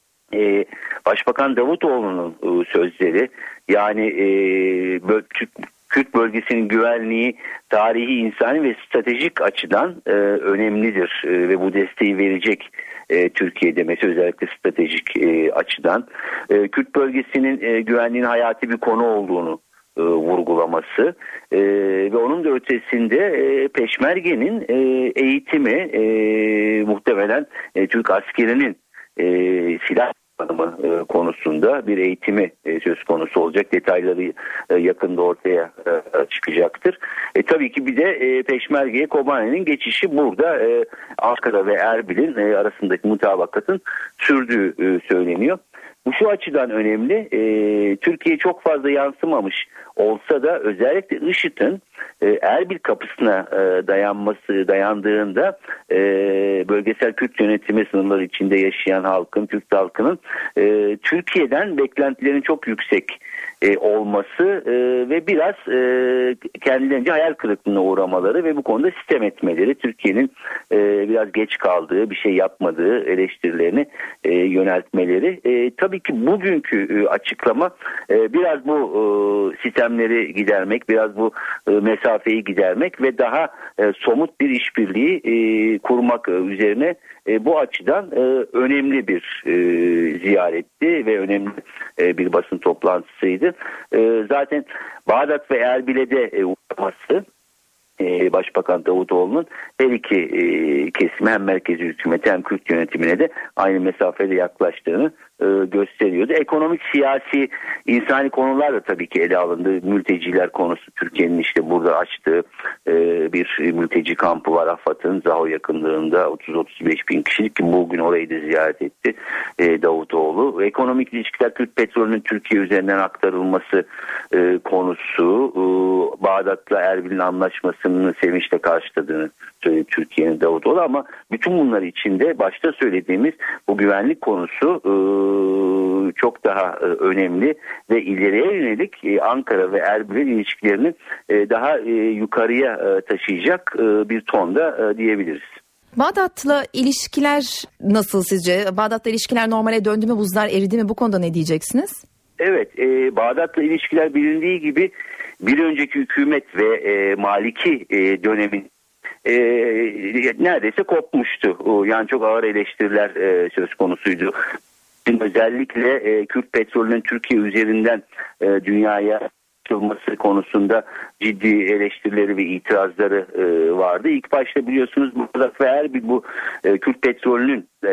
[SPEAKER 9] Ee, Başbakan Davutoğlu'nun e, sözleri, yani e, böl- Kürt bölgesinin güvenliği tarihi, insani ve stratejik açıdan e, önemlidir e, ve bu desteği verecek e, Türkiye demesi, özellikle stratejik e, açıdan. E, Kürt bölgesinin e, güvenliğin hayati bir konu olduğunu e, vurgulaması e, ve onun da ötesinde e, peşmergenin e, eğitimi e, muhtemelen e, Türk askerinin e, silah tanımı e, konusunda bir eğitimi e, söz konusu olacak. Detayları e, yakında ortaya e, çıkacaktır. E, tabii ki bir de e, peşmergeye Kobani'nin geçişi burada e, Ankara ve Erbil'in e, arasındaki mutabakatın sürdüğü e, söyleniyor. Bu şu açıdan önemli. E, Türkiye çok fazla yansımamış olsa da özellikle IŞİD'in e, Erbil kapısına e, dayanması dayandığında e, bölgesel Kürt yönetimi sınırları içinde yaşayan halkın, Türk halkının e, Türkiye'den beklentilerin çok yüksek e, olması e, ve biraz e, kendilerince hayal kırıklığına uğramaları ve bu konuda sitem etmeleri, Türkiye'nin e, biraz geç kaldığı, bir şey yapmadığı eleştirilerini e, yöneltmeleri. E, tabii ki bugünkü e, açıklama e, biraz bu e, sistemleri gidermek, biraz bu e, mesafeyi gidermek ve daha e, somut bir işbirliği e, kurmak üzerine e, bu açıdan e, önemli bir e, ziyaretti ve önemli e, bir basın toplantısıydı. E, zaten Bağdat ve Erbil'e de e, uğraması e, Başbakan Davutoğlu'nun her iki e, kesime, hem merkezi hükümete hem Kürt yönetimine de aynı mesafede yaklaştığını e, gösteriyordu. Ekonomik, siyasi, insani konular da tabii ki ele alındı. Mülteciler konusu, Türkiye'nin işte burada açtığı e, bir mülteci kampı var AFAD'ın Zaho yakınlığında, otuz otuz beş bin kişilik, ki bugün orayı da ziyaret etti e, Davutoğlu. Ekonomik ilişkiler, Kürt petrolünün Türkiye üzerinden aktarılması e, konusu, e, Bağdat'la Erbil'in anlaşmasını sevinçle karşıladığını söyledi Türkiye'nin Davutoğlu, ama bütün bunlar içinde başta söylediğimiz bu güvenlik konusu e, çok daha e, önemli ve ileriye yönelik e, Ankara ve Erbil ilişkilerini e, daha e, yukarıya e, taşıyacak e, bir tonda e, diyebiliriz.
[SPEAKER 2] Bağdat'la ilişkiler nasıl sizce? Bağdat'la ilişkiler normale döndü mü, buzlar eridi mi? Bu konuda ne diyeceksiniz?
[SPEAKER 9] Evet, e, Bağdat'la ilişkiler bilindiği gibi bir önceki hükümet ve e, Maliki e, dönemin e, neredeyse kopmuştu. Yani çok ağır eleştiriler e, söz konusuydu. Özellikle e, Kürt petrolünün Türkiye üzerinden e, dünyaya açılması konusunda ciddi eleştirileri ve itirazları e, vardı. İlk başta biliyorsunuz Bağdat ve Erbil bu e, Kürt petrolünün e,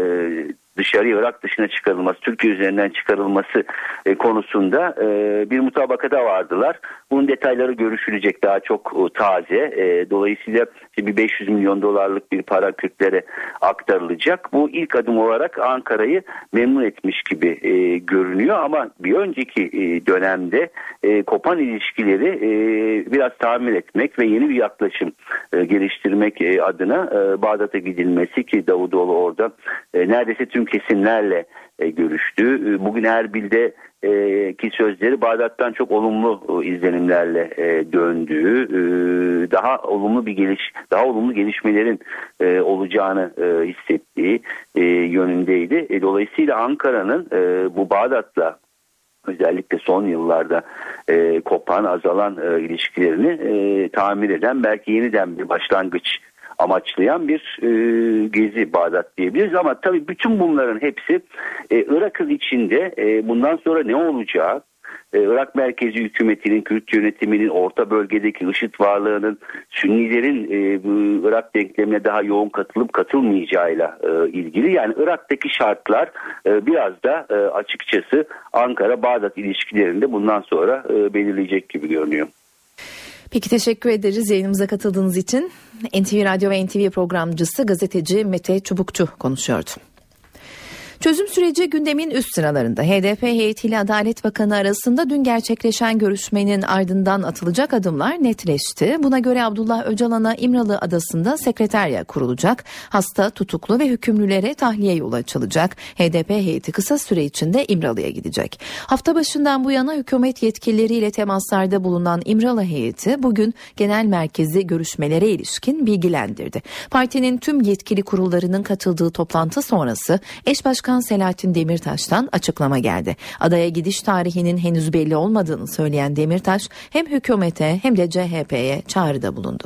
[SPEAKER 9] dışarıya, Irak dışına çıkarılması, Türkiye üzerinden çıkarılması e, konusunda e, bir mutabakata vardılar. Bunun detayları görüşülecek, daha çok e, taze. E, dolayısıyla işte bir beş yüz milyon dolarlık bir para Kürtlere aktarılacak. Bu ilk adım olarak Ankara'yı memnun etmiş gibi e, görünüyor ama bir önceki e, dönemde e, kopan ilişkileri e, biraz tamir etmek ve yeni bir yaklaşım e, geliştirmek e, adına e, Bağdat'a gidilmesi, ki Davutoğlu orada e, neredeyse tüm kesimlerle e, görüştü. E, bugün Erbil'de e, ki sözleri Bağdat'tan çok olumlu e, izlenimlerle e, döndüğü, e, daha olumlu bir geliş, daha olumlu gelişmelerin e, olacağını e, hissettiği e, yönündeydi. E, dolayısıyla Ankara'nın e, bu Bağdat'la özellikle son yıllarda e, kopan, azalan e, ilişkilerini e, tamir eden, belki yeniden bir başlangıç amaçlayan bir e, gezi Bağdat diyebiliriz. Ama tabii bütün bunların hepsi e, Irak'ın içinde e, bundan sonra ne olacağı, e, Irak merkezi hükümetinin, Kürt yönetiminin, orta bölgedeki IŞİD varlığının, Sünnilerin e, bu Irak denklemine daha yoğun katılıp katılmayacağıyla e, ilgili. Yani Irak'taki şartlar e, biraz da e, açıkçası Ankara-Bağdat ilişkilerinde bundan sonra e, belirleyecek gibi görünüyor.
[SPEAKER 2] Peki, teşekkür ederiz yayınımıza katıldığınız için. N T V Radyo ve N T V programcısı gazeteci Mete Çubukçu konuşuyordu. Çözüm süreci gündemin üst sıralarında. H D P heyetiyle Adalet Bakanı arasında dün gerçekleşen görüşmenin ardından atılacak adımlar netleşti. Buna göre Abdullah Öcalan'a İmralı Adası'nda sekreterya kurulacak. Hasta, tutuklu ve hükümlülere tahliye yolu açılacak. H D P heyeti kısa süre içinde İmralı'ya gidecek. Hafta başından bu yana hükümet yetkilileriyle temaslarda bulunan İmralı heyeti bugün genel merkezi görüşmelere ilişkin bilgilendirdi. Partinin tüm yetkili kurullarının katıldığı toplantı sonrası eş başkan Selahattin Demirtaş'tan açıklama geldi. Adaya gidiş tarihinin henüz belli olmadığını söyleyen Demirtaş hem hükümete hem de C H P'ye çağrıda bulundu.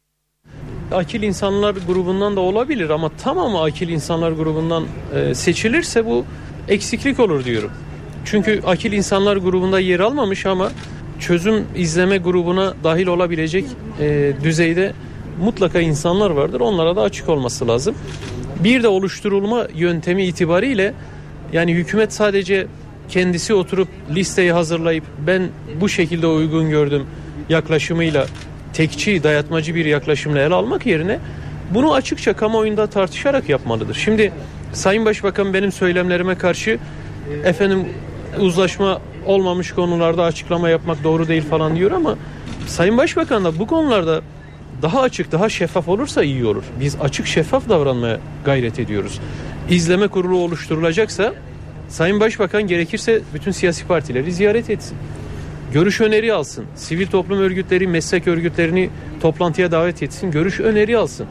[SPEAKER 4] Akil insanlar grubundan da olabilir ama tamamı akil insanlar grubundan e, seçilirse bu eksiklik olur diyorum. Çünkü akil insanlar grubunda yer almamış ama çözüm izleme grubuna dahil olabilecek e, düzeyde mutlaka insanlar vardır. Onlara da açık olması lazım. Bir de oluşturulma yöntemi itibariyle yani hükümet sadece kendisi oturup listeyi hazırlayıp ben bu şekilde uygun gördüm yaklaşımıyla, tekçi, dayatmacı bir yaklaşımla ele almak yerine bunu açıkça kamuoyunda tartışarak yapmalıdır. Şimdi Sayın Başbakan benim söylemlerime karşı efendim uzlaşma olmamış konularda açıklama yapmak doğru değil falan diyor ama Sayın Başbakan da bu konularda daha açık, daha şeffaf olursa iyi olur. Biz açık, şeffaf davranmaya gayret ediyoruz. İzleme kurulu oluşturulacaksa Sayın Başbakan gerekirse bütün siyasi partileri ziyaret etsin. Görüş öneri alsın. Sivil toplum örgütleri, meslek örgütlerini toplantıya davet etsin. Görüş öneri alsın.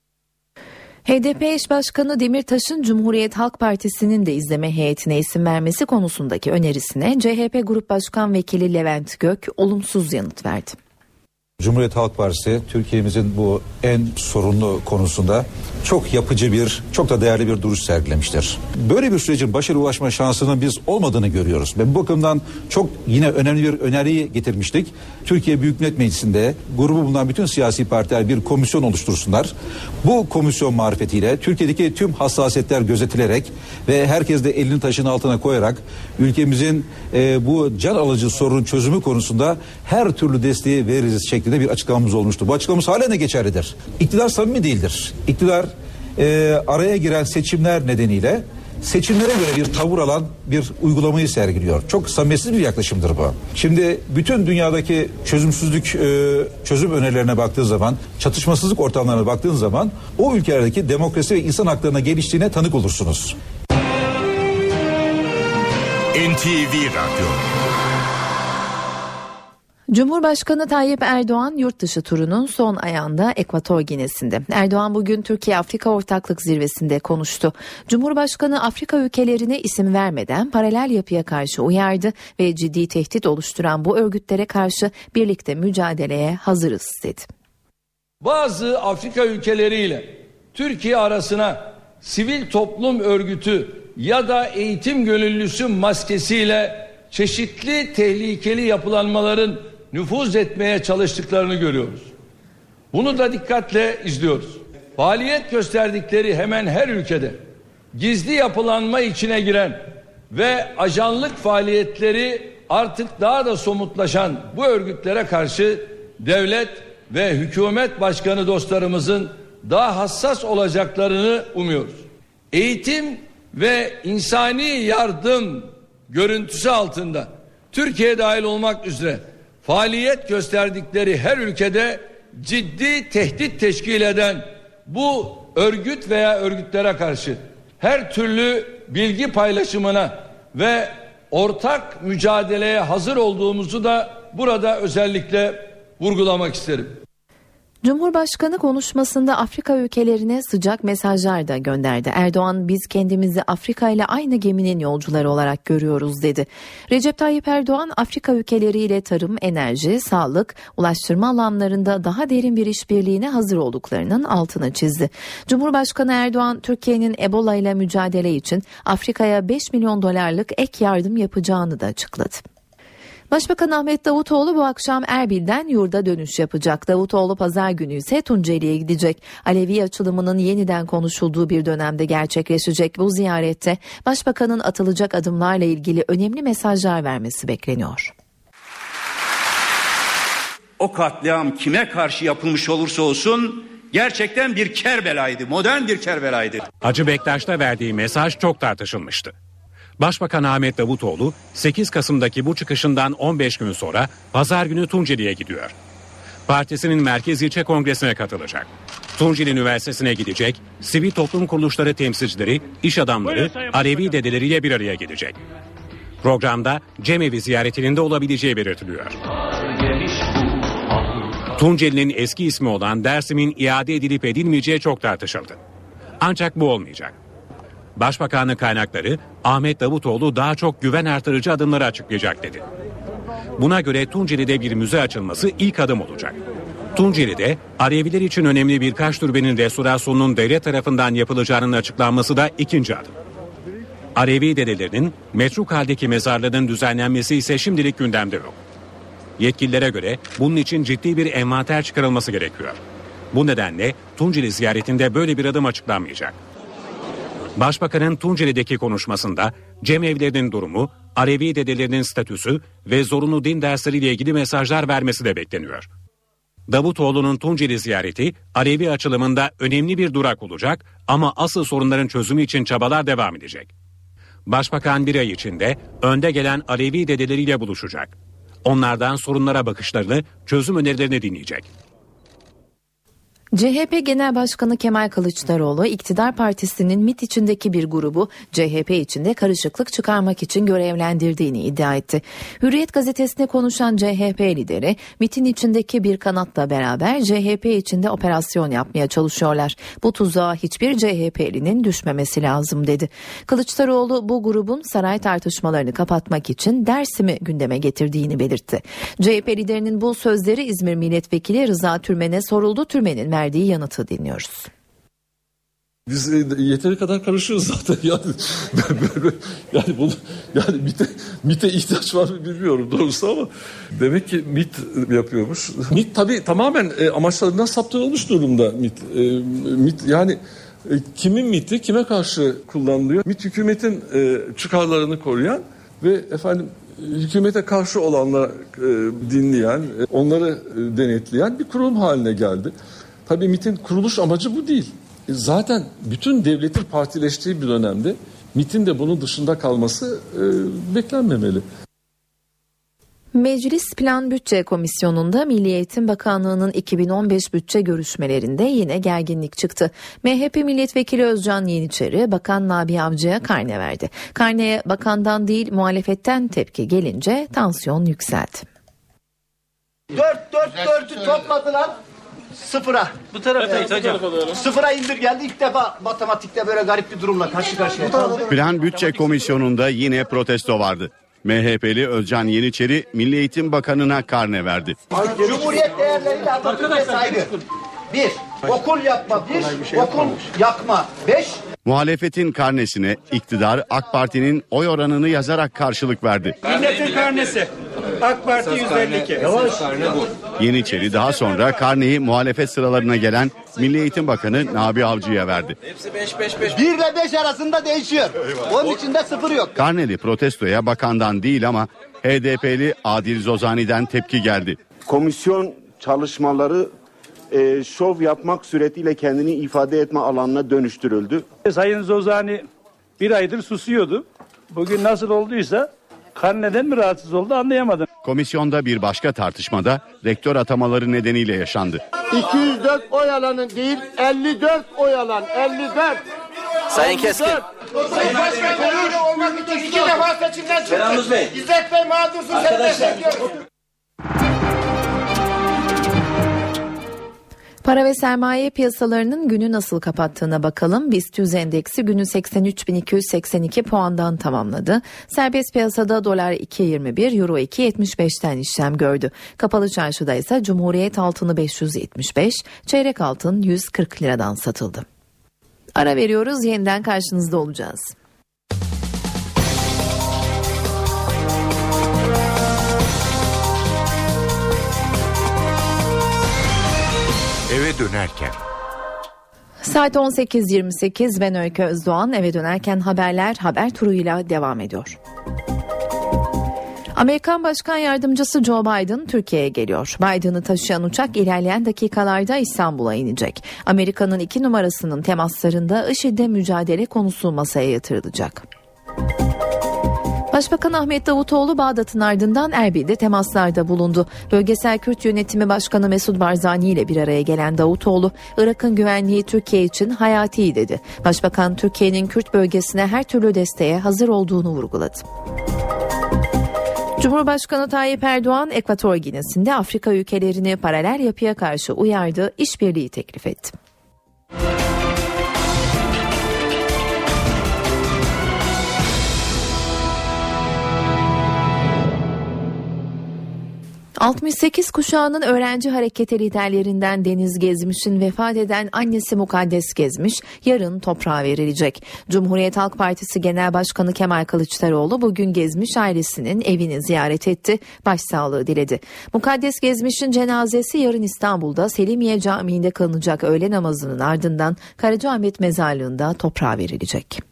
[SPEAKER 2] H D P eş başkanı Demirtaş'ın Cumhuriyet Halk Partisi'nin de izleme heyetine isim vermesi konusundaki önerisine C H P Grup Başkan Vekili Levent Gök olumsuz yanıt verdi.
[SPEAKER 5] Cumhuriyet Halk Partisi Türkiye'mizin bu en sorunlu konusunda çok yapıcı bir, çok da değerli bir duruş sergilemiştir. Böyle bir sürecin başarıya ulaşma şansının biz olmadığını görüyoruz. Ve bu bakımdan çok yine önemli bir öneriyi getirmiştik. Türkiye Büyük Millet Meclisi'nde grubu bulunan bütün siyasi partiler bir komisyon oluştursunlar. Bu komisyon marifetiyle Türkiye'deki tüm hassasiyetler gözetilerek ve herkes de elini taşın altına koyarak ülkemizin e, bu can alıcı sorunun çözümü konusunda her türlü desteği veririz şeklinde bir açıklamamız olmuştu. Bu açıklamamız halen de geçerlidir. İktidar samimi değildir. İktidar e, araya giren seçimler nedeniyle seçimlere göre bir tavır alan bir uygulamayı sergiliyor. Çok samimiyetsiz bir yaklaşımdır bu. Şimdi bütün dünyadaki çözümsüzlük, e, çözüm önerilerine baktığın zaman, çatışmasızlık ortamlarına baktığın zaman o ülkelerdeki demokrasi ve insan haklarına geliştiğine tanık olursunuz.
[SPEAKER 12] N T V Radyo.
[SPEAKER 2] Cumhurbaşkanı Tayyip Erdoğan yurt dışı turunun son ayağında Ekvator Ginesi'nde. Erdoğan bugün Türkiye-Afrika Ortaklık Zirvesi'nde konuştu. Cumhurbaşkanı Afrika ülkelerine isim vermeden paralel yapıya karşı uyardı ve ciddi tehdit oluşturan bu örgütlere karşı birlikte mücadeleye hazırız dedi.
[SPEAKER 10] Bazı Afrika ülkeleriyle Türkiye arasına sivil toplum örgütü ya da eğitim gönüllüsü maskesiyle çeşitli tehlikeli yapılanmaların nüfuz etmeye çalıştıklarını görüyoruz. Bunu da dikkatle izliyoruz. Faaliyet gösterdikleri hemen her ülkede gizli yapılanma içine giren ve ajanlık faaliyetleri artık daha da somutlaşan bu örgütlere karşı devlet ve hükümet başkanı dostlarımızın daha hassas olacaklarını umuyoruz. Eğitim ve insani yardım görüntüsü altında Türkiye dahil olmak üzere faaliyet gösterdikleri her ülkede ciddi tehdit teşkil eden bu örgüt veya örgütlere karşı her türlü bilgi paylaşımına ve ortak mücadeleye hazır olduğumuzu da burada özellikle vurgulamak isterim.
[SPEAKER 2] Cumhurbaşkanı konuşmasında Afrika ülkelerine sıcak mesajlar da gönderdi. Erdoğan, biz kendimizi Afrika ile aynı geminin yolcuları olarak görüyoruz dedi. Recep Tayyip Erdoğan, Afrika ülkeleriyle tarım, enerji, sağlık, ulaştırma alanlarında daha derin bir işbirliğine hazır olduklarının altını çizdi. Cumhurbaşkanı Erdoğan, Türkiye'nin Ebola ile mücadele için Afrika'ya beş milyon dolarlık ek yardım yapacağını da açıkladı. Başbakan Ahmet Davutoğlu bu akşam Erbil'den yurda dönüş yapacak. Davutoğlu pazar günü ise Tunceli'ye gidecek. Alevi açılımının yeniden konuşulduğu bir dönemde gerçekleşecek bu ziyarette Başbakanın atılacak adımlarla ilgili önemli mesajlar vermesi bekleniyor.
[SPEAKER 13] O katliam kime karşı yapılmış olursa olsun gerçekten bir Kerbela'ydı, modern bir Kerbela'ydı.
[SPEAKER 14] Hacı Bektaş'ta verdiği mesaj çok tartışılmıştı. Başbakan Ahmet Davutoğlu sekiz Kasım'daki bu çıkışından on beş gün sonra pazar günü Tunceli'ye gidiyor. Partisinin Merkez İlçe Kongresi'ne katılacak. Tunceli Üniversitesi'ne gidecek, sivil toplum kuruluşları temsilcileri, iş adamları, Alevi dedeleriyle bir araya gelecek. Programda cemevi ziyaretinin de olabileceği belirtiliyor. Tunceli'nin eski ismi olan Dersim'in iade edilip edilmeyeceği çok tartışıldı. Ancak bu olmayacak. Başbakanlık kaynakları Ahmet Davutoğlu daha çok güven artırıcı adımları açıklayacak dedi. Buna göre Tunceli'de bir müze açılması ilk adım olacak. Tunceli'de Aleviler için önemli birkaç türbenin restorasyonunun devlet tarafından yapılacağının açıklanması da ikinci adım. Alevi dedelerinin metruk haldeki mezarlığının düzenlenmesi ise şimdilik gündemde yok. Yetkililere göre bunun için ciddi bir envanter çıkarılması gerekiyor. Bu nedenle Tunceli ziyaretinde böyle bir adım açıklanmayacak. Başbakanın Tunceli'deki konuşmasında cemevlerinin durumu, Alevi dedelerinin statüsü ve zorunlu din dersleriyle ilgili mesajlar vermesi de bekleniyor. Davutoğlu'nun Tunceli ziyareti Alevi açılımında önemli bir durak olacak ama asıl sorunların çözümü için çabalar devam edecek. Başbakan bir ay içinde önde gelen Alevi dedeleriyle buluşacak. Onlardan sorunlara bakışlarını, çözüm önerilerini dinleyecek.
[SPEAKER 2] C H P Genel Başkanı Kemal Kılıçdaroğlu, iktidar partisinin MİT içindeki bir grubu C H P içinde karışıklık çıkarmak için görevlendirdiğini iddia etti. Hürriyet gazetesine konuşan C H P lideri, MİT'in içindeki bir kanatla beraber C H P içinde operasyon yapmaya çalışıyorlar. Bu tuzağa hiçbir C H P'linin düşmemesi lazım dedi. Kılıçdaroğlu, bu grubun saray tartışmalarını kapatmak için Dersim'i gündeme getirdiğini belirtti. C H P liderinin bu sözleri İzmir Milletvekili Rıza Türmen'e soruldu. Türmen'in verdiği yanıtı dinliyoruz.
[SPEAKER 15] Biz yeteri kadar karışıyoruz zaten yani yani bunu yani MİT'e, MİT'e ihtiyaç var mı bilmiyorum doğrusu ama demek ki MİT yapıyormuş. MİT tabii tamamen e, amaçlarından saptırılmış durumda MİT. E, MİT yani e, kimin MİT'i kime karşı kullanılıyor? MİT hükümetin e, çıkarlarını koruyan ve efendim hükümete karşı olanları e, dinleyen, e, onları e, denetleyen bir kurum haline geldi. Tabii MİT'in kuruluş amacı bu değil. E zaten bütün devletin partileştiği bir dönemde MİT'in de bunun dışında kalması e, beklenmemeli.
[SPEAKER 2] Meclis Plan Bütçe Komisyonu'nda Milli Eğitim Bakanlığı'nın iki bin on beş bütçe görüşmelerinde yine gerginlik çıktı. M H P Milletvekili Özcan Yeniçeri, Bakan Nabi Avcı'ya karne verdi. Karneye bakandan değil muhalefetten tepki gelince tansiyon yükseldi.
[SPEAKER 12] Dört, dört, dördü topladılar sıfıra. Bu tarafa hocam. Sıfıra indir geldi. İlk defa matematikte böyle garip bir durumla karşı karşıya kaldı.
[SPEAKER 6] Plan Bütçe Komisyonu'nda yine protesto vardı. M H P'li Özcan Yeniçeri Milli Eğitim Bakanı'na karne verdi.
[SPEAKER 12] Cumhuriyet değerleriyle Atatürk'e saygı. Bir, okul yapma. Bir, okul yakma. Beş.
[SPEAKER 6] Muhalefetin karnesine iktidar AK Parti'nin oy oranını yazarak karşılık verdi.
[SPEAKER 12] Milletin karnesi. AK Parti yüzde elli iki.
[SPEAKER 6] Yeniçeri daha sonra karneyi muhalefet sıralarına gelen Milli Eğitim Bakanı Nabi Avcı'ya verdi.
[SPEAKER 12] bir ile beş arasında değişiyor. Onun içinde sıfır yok.
[SPEAKER 6] Karneli protestoya bakandan değil ama H D P'li Adil Zozani'den tepki geldi.
[SPEAKER 16] Komisyon çalışmaları e, şov yapmak suretiyle kendini ifade etme alanına dönüştürüldü.
[SPEAKER 17] Sayın Zozani bir aydır susuyordu. Bugün nasıl olduysa karneden mi rahatsız oldu anlayamadım.
[SPEAKER 6] Komisyonda bir başka tartışmada rektör atamaları nedeniyle yaşandı.
[SPEAKER 12] iki yüz dört oy alanın değil elli dört oy alan elli dört.
[SPEAKER 18] Sayın Keskin.
[SPEAKER 12] Sayın Başkan olmak için iki defa seçimden çıktı. İzzet Bey mağdursun seni destekliyoruz.
[SPEAKER 2] Para ve sermaye piyasalarının günü nasıl kapattığına bakalım. BIST yüz endeksi günü seksen üç bin iki yüz seksen iki puandan tamamladı. Serbest piyasada dolar iki yirmi bir, euro iki yetmiş beşten işlem gördü. Kapalı çarşıda ise Cumhuriyet altını beş yüz yetmiş beş, çeyrek altın yüz kırk liradan satıldı. Ara veriyoruz, yeniden karşınızda olacağız.
[SPEAKER 19] Eve dönerken.
[SPEAKER 2] Saat on sekiz yirmi sekiz, ben Öykü Özdoğan. Eve dönerken haberler haber turuyla devam ediyor. Amerikan Başkan Yardımcısı Joe Biden Türkiye'ye geliyor. Biden'ı taşıyan uçak ilerleyen dakikalarda İstanbul'a inecek. Amerika'nın iki numarasının temaslarında IŞİD'le mücadele konusu masaya yatırılacak. Başbakan Ahmet Davutoğlu Bağdat'ın ardından Erbil'de temaslarda bulundu. Bölgesel Kürt Yönetimi Başkanı Mesut Barzani ile bir araya gelen Davutoğlu, Irak'ın güvenliği Türkiye için hayati dedi. Başbakan Türkiye'nin Kürt bölgesine her türlü desteğe hazır olduğunu vurguladı. Cumhurbaşkanı Tayyip Erdoğan, Ekvator Ginesi'nde Afrika ülkelerini paralel yapıya karşı uyardı, işbirliği teklif etti. altmış sekiz kuşağının öğrenci hareketi liderlerinden Deniz Gezmiş'in vefat eden annesi Mukaddes Gezmiş yarın toprağa verilecek. Cumhuriyet Halk Partisi Genel Başkanı Kemal Kılıçdaroğlu bugün Gezmiş ailesinin evini ziyaret etti, başsağlığı diledi. Mukaddes Gezmiş'in cenazesi yarın İstanbul'da Selimiye Camii'nde kılınacak öğle namazının ardından Karacaahmet Mezarlığı'nda toprağa verilecek.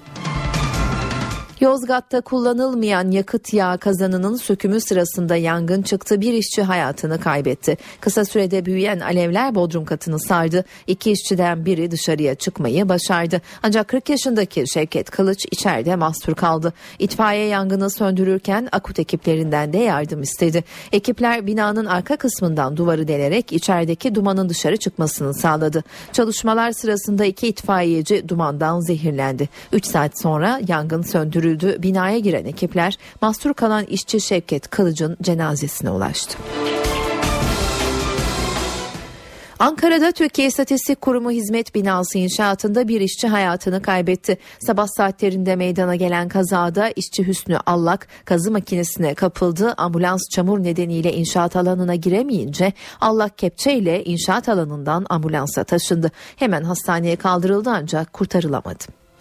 [SPEAKER 2] Yozgat'ta kullanılmayan yakıt yağı kazanının sökümü sırasında yangın çıktı. Bir işçi hayatını kaybetti. Kısa sürede büyüyen alevler bodrum katını sardı. İki işçiden biri dışarıya çıkmayı başardı. Ancak kırk yaşındaki Şevket Kılıç içeride mahsur kaldı. İtfaiye yangını söndürürken akut ekiplerinden de yardım istedi. Ekipler binanın arka kısmından duvarı delerek içerideki dumanın dışarı çıkmasını sağladı. Çalışmalar sırasında iki itfaiyeci dumandan zehirlendi. üç saat sonra yangın söndürüldü. Binaya giren ekipler mahsur kalan işçi Şevket Kılıç'ın cenazesine ulaştı. Ankara'da Türkiye İstatistik Kurumu hizmet binası inşaatında bir işçi hayatını kaybetti. Sabah saatlerinde meydana gelen kazada işçi Hüsnü Allak kazı makinesine kapıldı. Ambulans çamur nedeniyle inşaat alanına giremeyince Allak kepçeyle inşaat alanından ambulansa taşındı. Hemen hastaneye kaldırıldı ancak kurtarılamadı.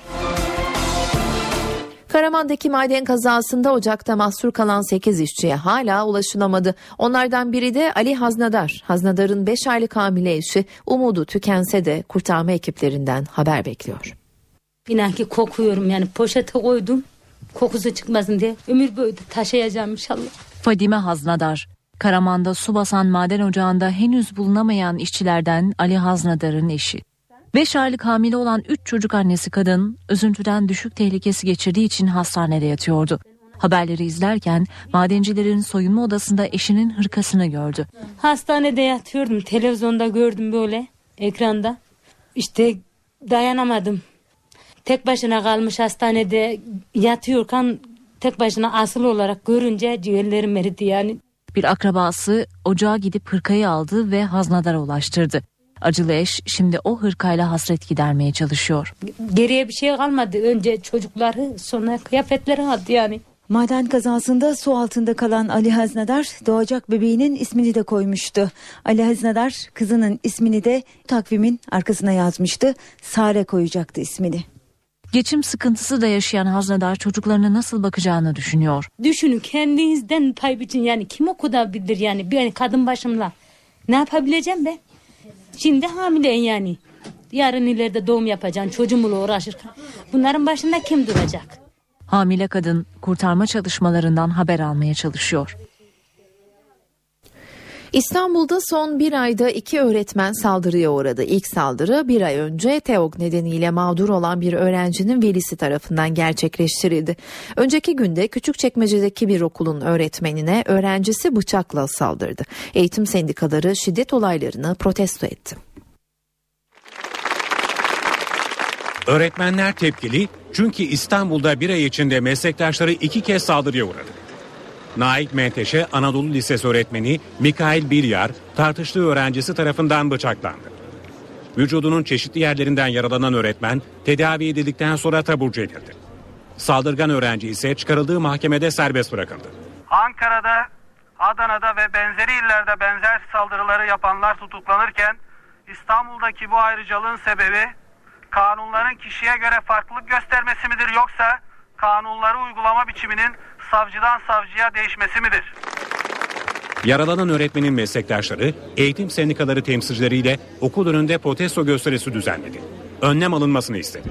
[SPEAKER 2] Karaman'daki maden kazasında Ocak'ta mahsur kalan sekiz işçiye hala ulaşılamadı. Onlardan biri de Ali Haznadar. Haznadar'ın beş aylık hamile eşi umudu tükense de kurtarma ekiplerinden haber bekliyor.
[SPEAKER 20] İnan ki kokuyorum, yani poşete koydum kokusu çıkmasın diye, ömür boyu taşıyacağım inşallah.
[SPEAKER 21] Fadime Haznadar, Karaman'da su basan maden ocağında henüz bulunamayan işçilerden Ali Haznadar'ın eşi. beş aylık hamile olan üç çocuk annesi kadın üzüntüden düşük tehlikesi geçirdiği için hastanede yatıyordu. Haberleri izlerken madencilerin soyunma odasında eşinin hırkasını gördü.
[SPEAKER 20] Hastanede yatıyordum, televizyonda gördüm böyle ekranda. İşte dayanamadım. Tek başına kalmış hastanede yatıyorken tek başına asıl olarak görünce ciğerlerim eridi yani.
[SPEAKER 21] Bir akrabası ocağa gidip hırkayı aldı ve haznadara ulaştırdı. Acılı eş şimdi o hırkayla hasret gidermeye çalışıyor.
[SPEAKER 20] Geriye bir şey kalmadı. Önce çocukları, sonra kıyafetleri aldı yani.
[SPEAKER 18] Maden kazasında su altında kalan Ali Haznedar doğacak bebeğinin ismini de koymuştu. Ali Haznedar kızının ismini de takvimin arkasına yazmıştı. Sare koyacaktı ismini.
[SPEAKER 21] Geçim sıkıntısı da yaşayan Haznedar çocuklarına nasıl bakacağını düşünüyor.
[SPEAKER 20] Düşünün kendinizden pay biçin yani kim okutabilir yani bir yani kadın başımla. Ne yapabileceğim ben? Şimdi hamileyim yani. Yarın ileride doğum yapacağım çocuğumla uğraşırken. Bunların başında kim duracak?
[SPEAKER 21] Hamile kadın kurtarma çalışmalarından haber almaya çalışıyor.
[SPEAKER 2] İstanbul'da son bir ayda iki öğretmen saldırıya uğradı. İlk saldırı bir ay önce TEOG nedeniyle mağdur olan bir öğrencinin velisi tarafından gerçekleştirildi. Önceki günde Küçükçekmece'deki bir okulun öğretmenine öğrencisi bıçakla saldırdı. Eğitim sendikaları şiddet olaylarını protesto etti.
[SPEAKER 14] Öğretmenler tepkili çünkü İstanbul'da bir ay içinde meslektaşları iki kez saldırıya uğradı. Naik Menteşe Anadolu Lisesi öğretmeni Mikail Bilyar tartıştığı öğrencisi tarafından bıçaklandı. Vücudunun çeşitli yerlerinden yaralanan öğretmen tedavi edildikten sonra taburcu edildi. Saldırgan öğrenci ise çıkarıldığı mahkemede serbest bırakıldı.
[SPEAKER 22] Ankara'da, Adana'da ve benzeri illerde benzer saldırıları yapanlar tutuklanırken İstanbul'daki bu ayrıcalığın sebebi kanunların kişiye göre farklılık göstermesi midir yoksa kanunları uygulama biçiminin savcıdan savcıya değişmesi midir?
[SPEAKER 14] Yaralanan öğretmenin meslektaşları eğitim sendikaları temsilcileriyle okul önünde protesto gösterisi düzenledi. Önlem alınmasını istedi.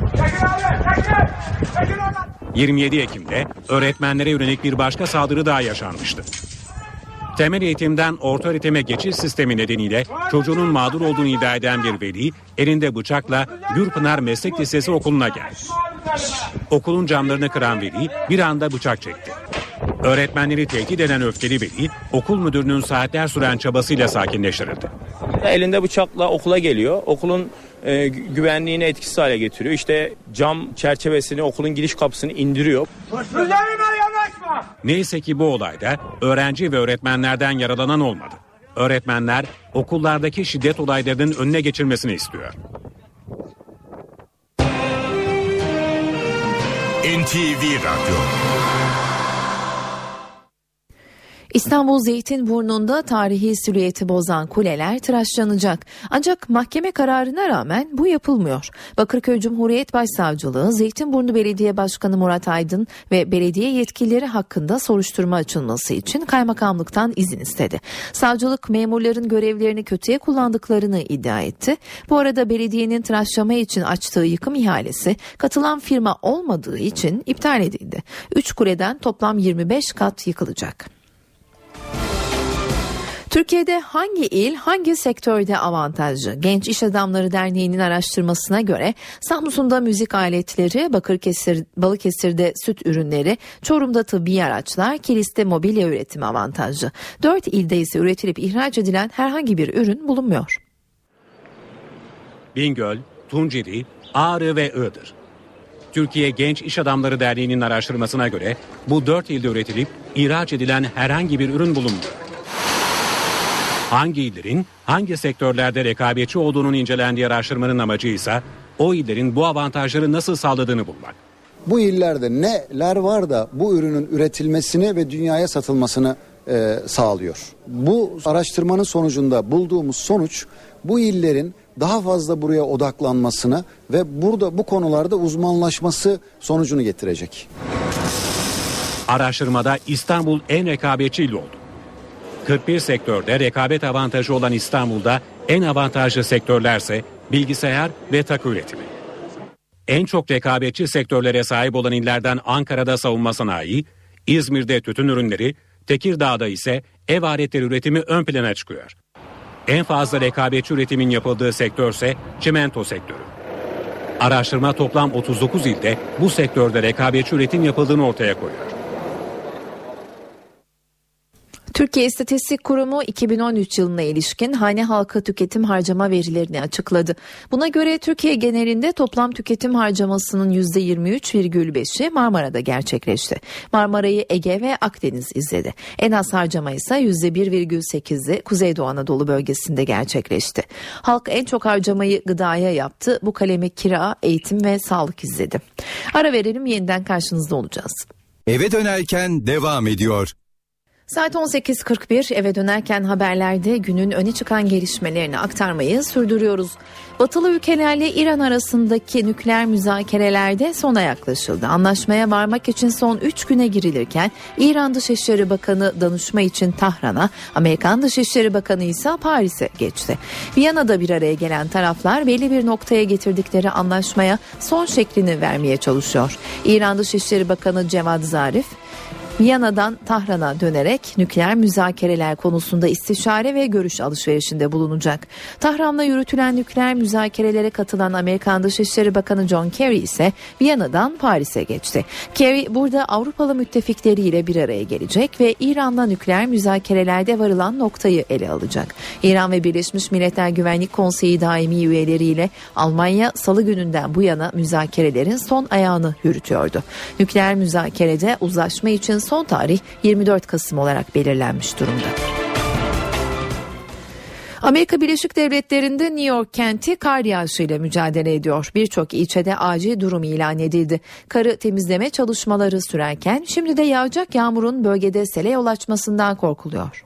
[SPEAKER 14] yirmi yedi Ekim'de öğretmenlere yönelik bir başka saldırı daha yaşanmıştı. Temel eğitimden orta öğretime geçiş sistemi nedeniyle çocuğunun mağdur olduğunu iddia eden bir veli elinde bıçakla Gürpınar Meslek Lisesi okuluna geldi. Okulun camlarını kıran veli bir anda bıçak çekti. Öğretmenleri tehdit eden öfkeli veli okul müdürünün saatler süren çabasıyla sakinleştirildi.
[SPEAKER 23] Elinde bıçakla okula geliyor. Okulun e, güvenliğini etkisiz hale getiriyor. İşte cam çerçevesini, okulun giriş kapısını indiriyor.
[SPEAKER 14] Neyse ki bu olayda öğrenci ve öğretmenlerden yaralanan olmadı. Öğretmenler okullardaki şiddet olaylarının önüne geçilmesini istiyor.
[SPEAKER 19] N T V Radyo.
[SPEAKER 2] İstanbul Zeytinburnu'nda tarihi silüeti bozan kuleler tıraşlanacak. Ancak mahkeme kararına rağmen bu yapılmıyor. Bakırköy Cumhuriyet Başsavcılığı Zeytinburnu Belediye Başkanı Murat Aydın ve belediye yetkilileri hakkında soruşturma açılması için kaymakamlıktan izin istedi. Savcılık memurların görevlerini kötüye kullandıklarını iddia etti. Bu arada belediyenin tıraşlama için açtığı yıkım ihalesi katılan firma olmadığı için iptal edildi. üç kuleden toplam yirmi beş kat yıkılacak. Türkiye'de hangi il hangi sektörde avantajlı? Genç İş Adamları Derneği'nin araştırmasına göre Samsun'da müzik aletleri, Bakırkesir, Balıkesir'de süt ürünleri, Çorum'da tıbbi araçlar, Kilis'te mobilya üretimi avantajlı. Dört ilde ise üretilip ihraç edilen herhangi bir ürün bulunmuyor.
[SPEAKER 14] Bingöl, Tunceli, Ağrı ve Iğdır. Türkiye Genç İş Adamları Derneği'nin araştırmasına göre bu dört ilde üretilip ihraç edilen herhangi bir ürün bulunmuyor. Hangi illerin hangi sektörlerde rekabetçi olduğunun incelendiği araştırmanın amacı ise o illerin bu avantajları nasıl sağladığını bulmak.
[SPEAKER 24] Bu illerde neler var da bu ürünün üretilmesini ve dünyaya satılmasını e, sağlıyor. Bu araştırmanın sonucunda bulduğumuz sonuç bu illerin daha fazla buraya odaklanmasını ve burada bu konularda uzmanlaşması sonucunu getirecek.
[SPEAKER 14] Araştırmada İstanbul en rekabetçi il oldu. kırk bir sektörde rekabet avantajı olan İstanbul'da en avantajlı sektörlerse bilgisayar ve takı üretimi. En çok rekabetçi sektörlere sahip olan illerden Ankara'da savunma sanayi, İzmir'de tütün ürünleri, Tekirdağ'da ise ev aletleri üretimi ön plana çıkıyor. En fazla rekabetçi üretimin yapıldığı sektörse çimento sektörü. Araştırma toplam otuz dokuz ilde bu sektörde rekabetçi üretim yapıldığını ortaya koyuyor.
[SPEAKER 2] Türkiye İstatistik Kurumu iki bin on üç yılına ilişkin hane halkı tüketim harcama verilerini açıkladı. Buna göre Türkiye genelinde toplam tüketim harcamasının yüzde yirmi üç virgül beşi Marmara'da gerçekleşti. Marmara'yı Ege ve Akdeniz izledi. En az harcama ise yüzde bir virgül sekizi Kuzeydoğu Anadolu bölgesinde gerçekleşti. Halk en çok harcamayı gıdaya yaptı. Bu kalemi kira, eğitim ve sağlık izledi. Ara verelim, yeniden karşınızda olacağız.
[SPEAKER 3] Eve dönerken devam ediyor.
[SPEAKER 2] Saat on sekiz kırk bir, eve dönerken haberlerde günün öne çıkan gelişmelerini aktarmayı sürdürüyoruz. Batılı ülkelerle İran arasındaki nükleer müzakerelerde sona yaklaşıldı. Anlaşmaya varmak için son üç güne girilirken İran Dışişleri Bakanı danışma için Tahran'a, Amerikan Dışişleri Bakanı ise Paris'e geçti. Viyana'da bir araya gelen taraflar belli bir noktaya getirdikleri anlaşmaya son şeklini vermeye çalışıyor. İran Dışişleri Bakanı Cevad Zarif, Viyana'dan Tahran'a dönerek nükleer müzakereler konusunda istişare ve görüş alışverişinde bulunacak. Tahran'la yürütülen nükleer müzakerelere katılan Amerikan Dışişleri Bakanı John Kerry ise Viyana'dan Paris'e geçti. Kerry burada Avrupalı müttefikleriyle bir araya gelecek ve İran'la nükleer müzakerelerde varılan noktayı ele alacak. İran ve Birleşmiş Milletler Güvenlik Konseyi daimi üyeleriyle Almanya Salı gününden bu yana müzakerelerin son ayağını yürütüyordu. Nükleer müzakerede uzlaşma için son tarih yirmi dört Kasım olarak belirlenmiş durumda. Amerika Birleşik Devletleri'nde New York kenti kar yağışıyla mücadele ediyor. Birçok ilçede acil durum ilan edildi. Karı temizleme çalışmaları sürerken şimdi de yağacak yağmurun bölgede sele yol açmasından korkuluyor.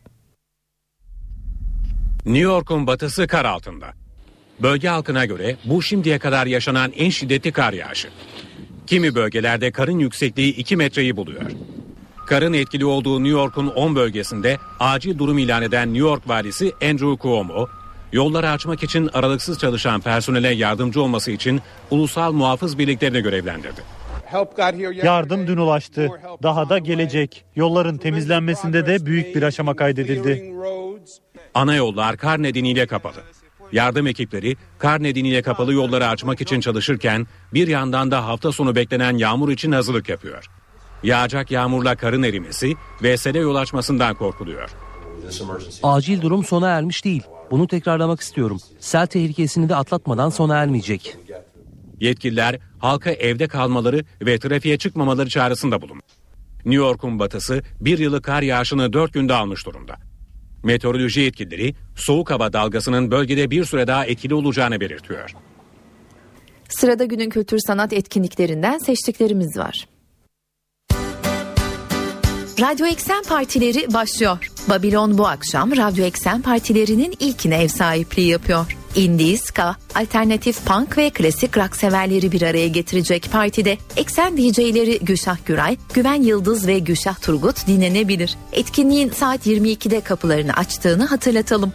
[SPEAKER 14] New York'un batısı kar altında. Bölge halkına göre bu şimdiye kadar yaşanan en şiddetli kar yağışı. Kimi bölgelerde karın yüksekliği iki metreyi buluyor. Karın etkili olduğu New York'un on bölgesinde acil durum ilan eden New York valisi Andrew Cuomo, yolları açmak için aralıksız çalışan personele yardımcı olması için ulusal muhafız birliklerini görevlendirdi.
[SPEAKER 7] Yardım dün ulaştı. Daha da gelecek. Yolların temizlenmesinde de büyük bir aşama kaydedildi.
[SPEAKER 14] Ana yollar kar nedeniyle kapalı. Yardım ekipleri kar nedeniyle kapalı yolları açmak için çalışırken bir yandan da hafta sonu beklenen yağmur için hazırlık yapıyor. Yağacak yağmurla karın erimesi ve sele yol açmasından korkuluyor.
[SPEAKER 8] Acil durum sona ermiş değil. Bunu tekrarlamak istiyorum. Sel tehlikesini de atlatmadan sona ermeyecek.
[SPEAKER 14] Yetkililer halka evde kalmaları ve trafiğe çıkmamaları çağrısında bulundu. New York'un batısı bir yıllık kar yağışını dört günde almış durumda. Meteoroloji yetkilileri soğuk hava dalgasının bölgede bir süre daha etkili olacağını belirtiyor.
[SPEAKER 2] Sırada günün kültür sanat etkinliklerinden seçtiklerimiz var. Radyo Eksen partileri başlıyor. Babilon bu akşam Radyo Eksen partilerinin ilkine ev sahipliği yapıyor. Indie, ska, alternatif punk ve klasik rock severleri bir araya getirecek partide Eksen D J'leri Gülşah Güray, Güven Yıldız ve Gülşah Turgut dinlenebilir. Etkinliğin saat yirmi ikide kapılarını açtığını hatırlatalım.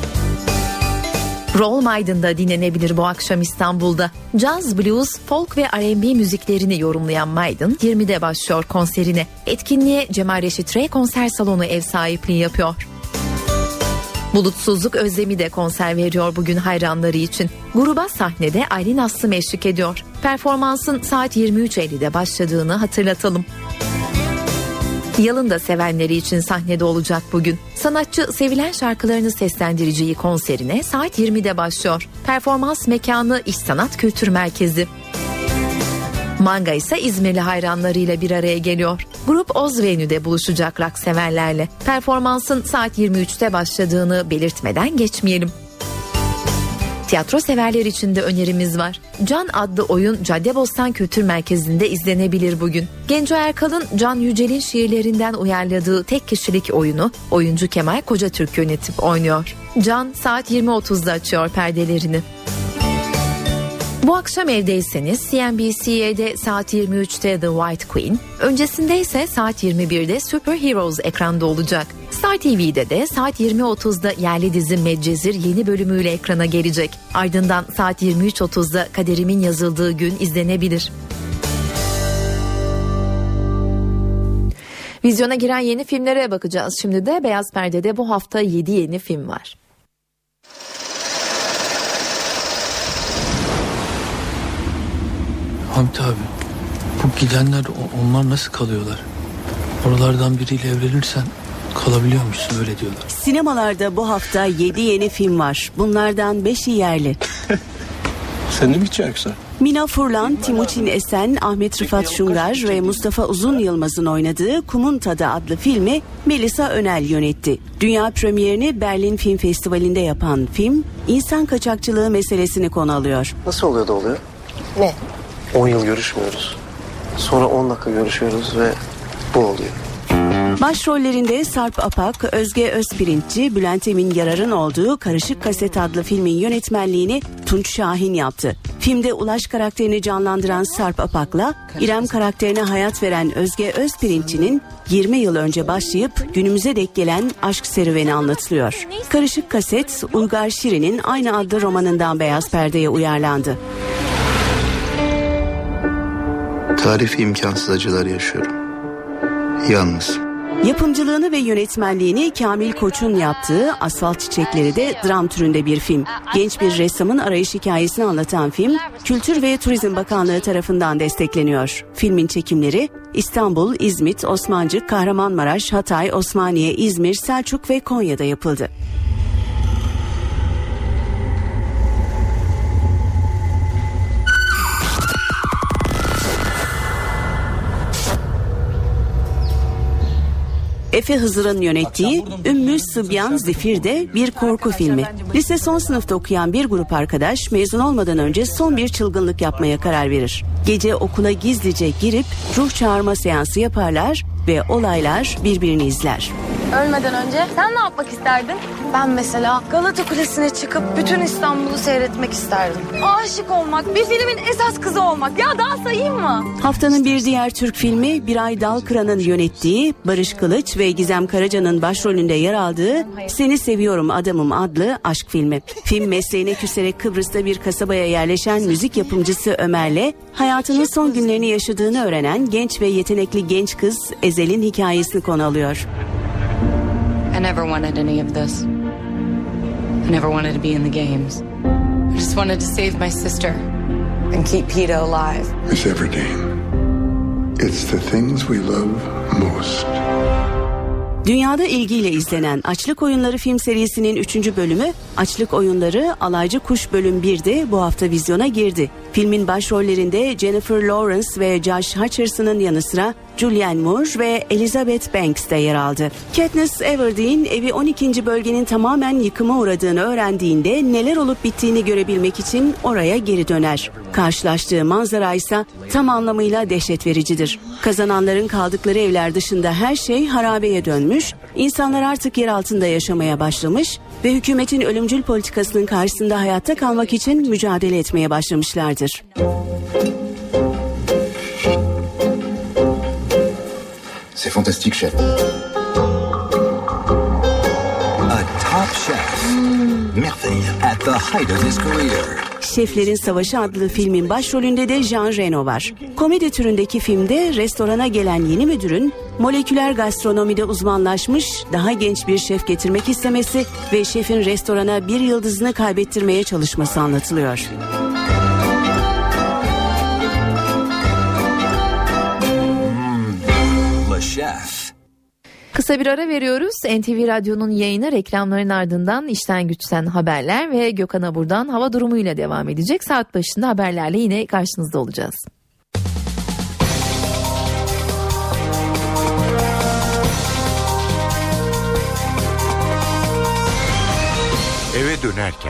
[SPEAKER 2] Roll Maiden'da dinlenebilir bu akşam İstanbul'da. Jazz, blues, folk ve R and B müziklerini yorumlayan Maiden yirmide başlıyor konserine. Etkinliğe Cemal Reşit Rey konser salonu ev sahipliği yapıyor. Bulutsuzluk Özlemi de konser veriyor bugün hayranları için. Gruba sahnede Aylin Aslım eşlik ediyor. Performansın saat yirmi üç ellide başladığını hatırlatalım. Yalın da sevenleri için sahnede olacak bugün. Sanatçı sevilen şarkılarını seslendireceği konserine saat yirmide başlıyor. Performans mekanı İş Sanat Kültür Merkezi. Manga ise İzmirli hayranlarıyla bir araya geliyor. Grup Ozvenu'de buluşacak rock severlerle. Performansın saat yirmi üçte başladığını belirtmeden geçmeyelim. Tiyatro severler için de önerimiz var. Can adlı oyun Caddebostan Kültür Merkezi'nde izlenebilir bugün. Genco Erkal'ın Can Yücel'in şiirlerinden uyarladığı tek kişilik oyunu oyuncu Kemal Kocatürk yönetip oynuyor. Can saat yirmi otuzda açıyor perdelerini. Bu akşam evdeyseniz C N B C'de saat yirmi üçte The White Queen, öncesinde ise saat yirmi birde Super Heroes ekranda olacak. Star T V'de de saat yirmi otuzda yerli dizi Medcezir yeni bölümüyle ekrana gelecek. Ardından saat yirmi üç otuzda Kaderimin Yazıldığı Gün izlenebilir. Vizyona giren yeni filmlere bakacağız. Şimdi de Beyaz Perde'de bu hafta yedi yeni film var.
[SPEAKER 11] Hamit abi, bu gidenler onlar nasıl kalıyorlar? Oralardan biriyle evlenirsen
[SPEAKER 1] Kalabiliyormuşsun, öyle diyorlar.
[SPEAKER 4] Sinemalarda bu hafta yedi yeni film var. Bunlardan beşi yerli.
[SPEAKER 1] Sen de mi hiç yoksa?
[SPEAKER 4] Mina Furlan, Timuçin Esen, Ahmet Rıfat Şungar ve Mustafa Uzun Yılmaz'ın oynadığı Kumun Tadı adlı filmi Melisa Önel yönetti. Dünya premierini Berlin Film Festivali'nde yapan film, insan kaçakçılığı meselesini konu alıyor.
[SPEAKER 1] Nasıl oluyor da oluyor?
[SPEAKER 4] Ne?
[SPEAKER 1] on yıl görüşmüyoruz. Sonra on dakika görüşüyoruz ve bu oluyor.
[SPEAKER 4] Başrollerinde Sarp Apak, Özge Özpirinççi, Bülent Emin Yarar'ın olduğu Karışık Kaset adlı filmin yönetmenliğini Tunç Şahin yaptı. Filmde Ulaş karakterini canlandıran Sarp Apak'la İrem karakterine hayat veren Özge Özpirinççi'nin yirmi yıl önce başlayıp günümüze dek gelen aşk serüveni anlatılıyor. Karışık Kaset, Uygar Şirin'in aynı adlı romanından beyaz perdeye uyarlandı.
[SPEAKER 1] Tarifi imkansız acılar yaşıyorum. Yalnız.
[SPEAKER 4] Yapımcılığını ve yönetmenliğini Kamil Koç'un yaptığı Asfalt Çiçekleri de dram türünde bir film. Genç bir ressamın arayış hikayesini anlatan film, Kültür ve Turizm Bakanlığı tarafından destekleniyor. Filmin çekimleri İstanbul, İzmit, Osmancık, Kahramanmaraş, Hatay, Osmaniye, İzmir, Selçuk ve Konya'da yapıldı. Efe Hızır'ın yönettiği Ümmü Sıbyan Zifir de bir korku filmi. Lise son sınıfta okuyan bir grup arkadaş mezun olmadan önce son bir çılgınlık yapmaya karar verir. Gece okula gizlice girip ruh çağırma seansı yaparlar ve olaylar birbirini izler.
[SPEAKER 9] Ölmeden önce sen ne yapmak isterdin? Ben mesela Galata Kulesi'ne çıkıp bütün İstanbul'u seyretmek isterdim. Aşık olmak, bir filmin esas kızı olmak. Ya daha sayayım mı?
[SPEAKER 4] Haftanın bir diğer Türk filmi Biray Dalkıran'ın yönettiği, Barış Kılıç ve Gizem Karaca'nın başrolünde yer aldığı Seni Seviyorum Adamım adlı aşk filmi. Film mesleğine küserek Kıbrıs'ta bir kasabaya yerleşen müzik yapımcısı Ömer'le hayatının son günlerini yaşadığını öğrenen genç ve yetenekli genç kız Ezel'in hikayesini konu alıyor.
[SPEAKER 11] I never wanted any of this. I never wanted to be in the games. I just wanted to save my sister and keep Peter alive.
[SPEAKER 25] Miss Everdeen, it's the things we love most.
[SPEAKER 4] Dünyada ilgiyle izlenen Açlık Oyunları film serisinin üçüncü bölümü Açlık Oyunları Alaycı Kuş bölüm bir'de bu hafta vizyona girdi. Filmin başrollerinde Jennifer Lawrence ve Josh Hutcherson'ın yanı sıra Julianne Moore ve Elizabeth Banks de yer aldı. Katniss Everdeen evi on ikinci bölgenin tamamen yıkıma uğradığını öğrendiğinde neler olup bittiğini görebilmek için oraya geri döner. Karşılaştığı manzara ise tam anlamıyla dehşet vericidir. Kazananların kaldıkları evler dışında her şey harabeye dönmüş, insanlar artık yer altında yaşamaya başlamış ve hükümetin ölümcül politikasının karşısında hayatta kalmak için mücadele etmeye başlamışlardır.
[SPEAKER 26] C'est fantastique, chef. A top chef. Merveille at the height of his career.
[SPEAKER 4] Şeflerin Savaşı adlı filmin başrolünde de Jean Reno var. Komedi türündeki filmde restorana gelen yeni müdürün moleküler gastronomide uzmanlaşmış daha genç bir şef getirmek istemesi ve şefin restorana bir yıldızını kaybettirmeye çalışması anlatılıyor.
[SPEAKER 2] Chef. Kısa bir ara veriyoruz. N T V Radyo'nun yayını reklamların ardından işten güçten haberler ve Gökhan Abur'dan hava durumuyla devam edecek. Saat başında haberlerle yine karşınızda olacağız.
[SPEAKER 19] Eve dönerken.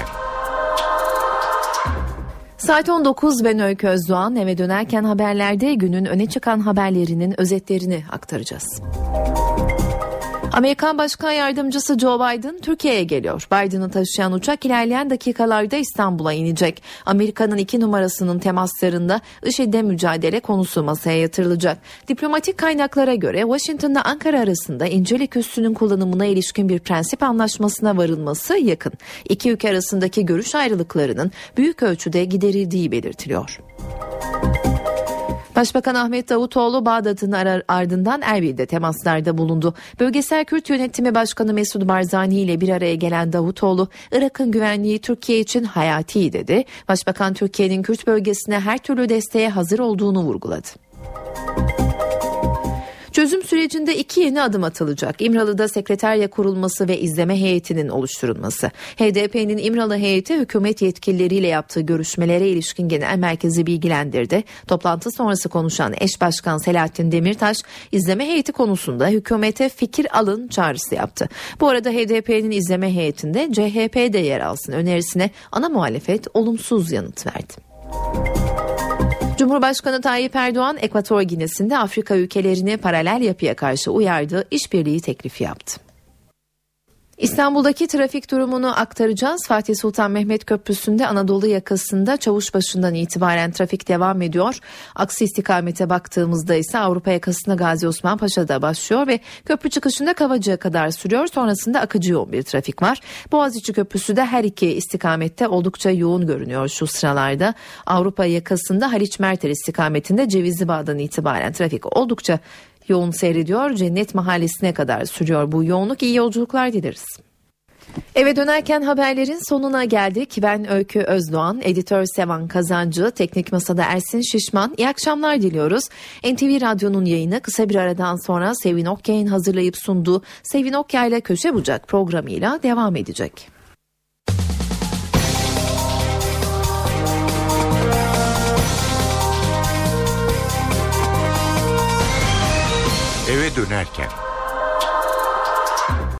[SPEAKER 2] Saat on dokuz ben Öykü Özdoğan. Eve dönerken haberlerde günün öne çıkan haberlerinin özetlerini aktaracağız. Amerikan Başkan Yardımcısı Joe Biden Türkiye'ye geliyor. Biden'ı taşıyan uçak ilerleyen dakikalarda İstanbul'a inecek. Amerika'nın iki numarasının temaslarında IŞİD'le mücadele konusu masaya yatırılacak. Diplomatik kaynaklara göre Washington'la Ankara arasında İncirlik Üssü'nün kullanımına ilişkin bir prensip anlaşmasına varılması yakın. İki ülke arasındaki görüş ayrılıklarının büyük ölçüde giderildiği belirtiliyor. Başbakan Ahmet Davutoğlu Bağdat'ın ardından Erbil'de temaslarda bulundu. Bölgesel Kürt Yönetimi Başkanı Mesud Barzani ile bir araya gelen Davutoğlu, Irak'ın güvenliği Türkiye için hayati dedi. Başbakan Türkiye'nin Kürt bölgesine her türlü desteğe hazır olduğunu vurguladı. Çözüm sürecinde iki yeni adım atılacak. İmralı'da sekreterya kurulması ve izleme heyetinin oluşturulması. H D P'nin İmralı heyeti hükümet yetkilileriyle yaptığı görüşmelere ilişkin genel merkezi bilgilendirdi. Toplantı sonrası konuşan eş başkan Selahattin Demirtaş, izleme heyeti konusunda hükümete fikir alın çağrısı yaptı. Bu arada H D P'nin izleme heyetinde C H P de yer alsın önerisine ana muhalefet olumsuz yanıt verdi. Cumhurbaşkanı Tayyip Erdoğan, Ekvator Ginesi'nde Afrika ülkelerini paralel yapıya karşı uyardığı işbirliği teklifi yaptı. İstanbul'daki trafik durumunu aktaracağız. Fatih Sultan Mehmet Köprüsü'nde Anadolu yakasında Çavuşbaşı'ndan itibaren trafik devam ediyor. Aksi istikamete baktığımızda ise Avrupa yakasında Gazi Osman Paşa'da başlıyor ve köprü çıkışında Kavacık'a kadar sürüyor. Sonrasında akıcı yoğun bir trafik var. Boğaziçi Köprüsü de her iki istikamette oldukça yoğun görünüyor şu sıralarda. Avrupa yakasında Haliç Merter istikametinde Cevizli Bağ'dan itibaren trafik oldukça yoğun seyrediyor. Cennet Mahallesi'ne kadar sürüyor bu yoğunluk. İyi yolculuklar dileriz. Eve dönerken haberlerin sonuna geldik. Ben Öykü Özdoğan, editör Sevan Kazancı, teknik masada Ersin Şişman. İyi akşamlar diliyoruz. N T V Radyo'nun yayını kısa bir aradan sonra Sevin Okyay'ın hazırlayıp sunduğu Sevin Okyay'la Köşe Bucak programıyla devam edecek.
[SPEAKER 19] Eve dönerken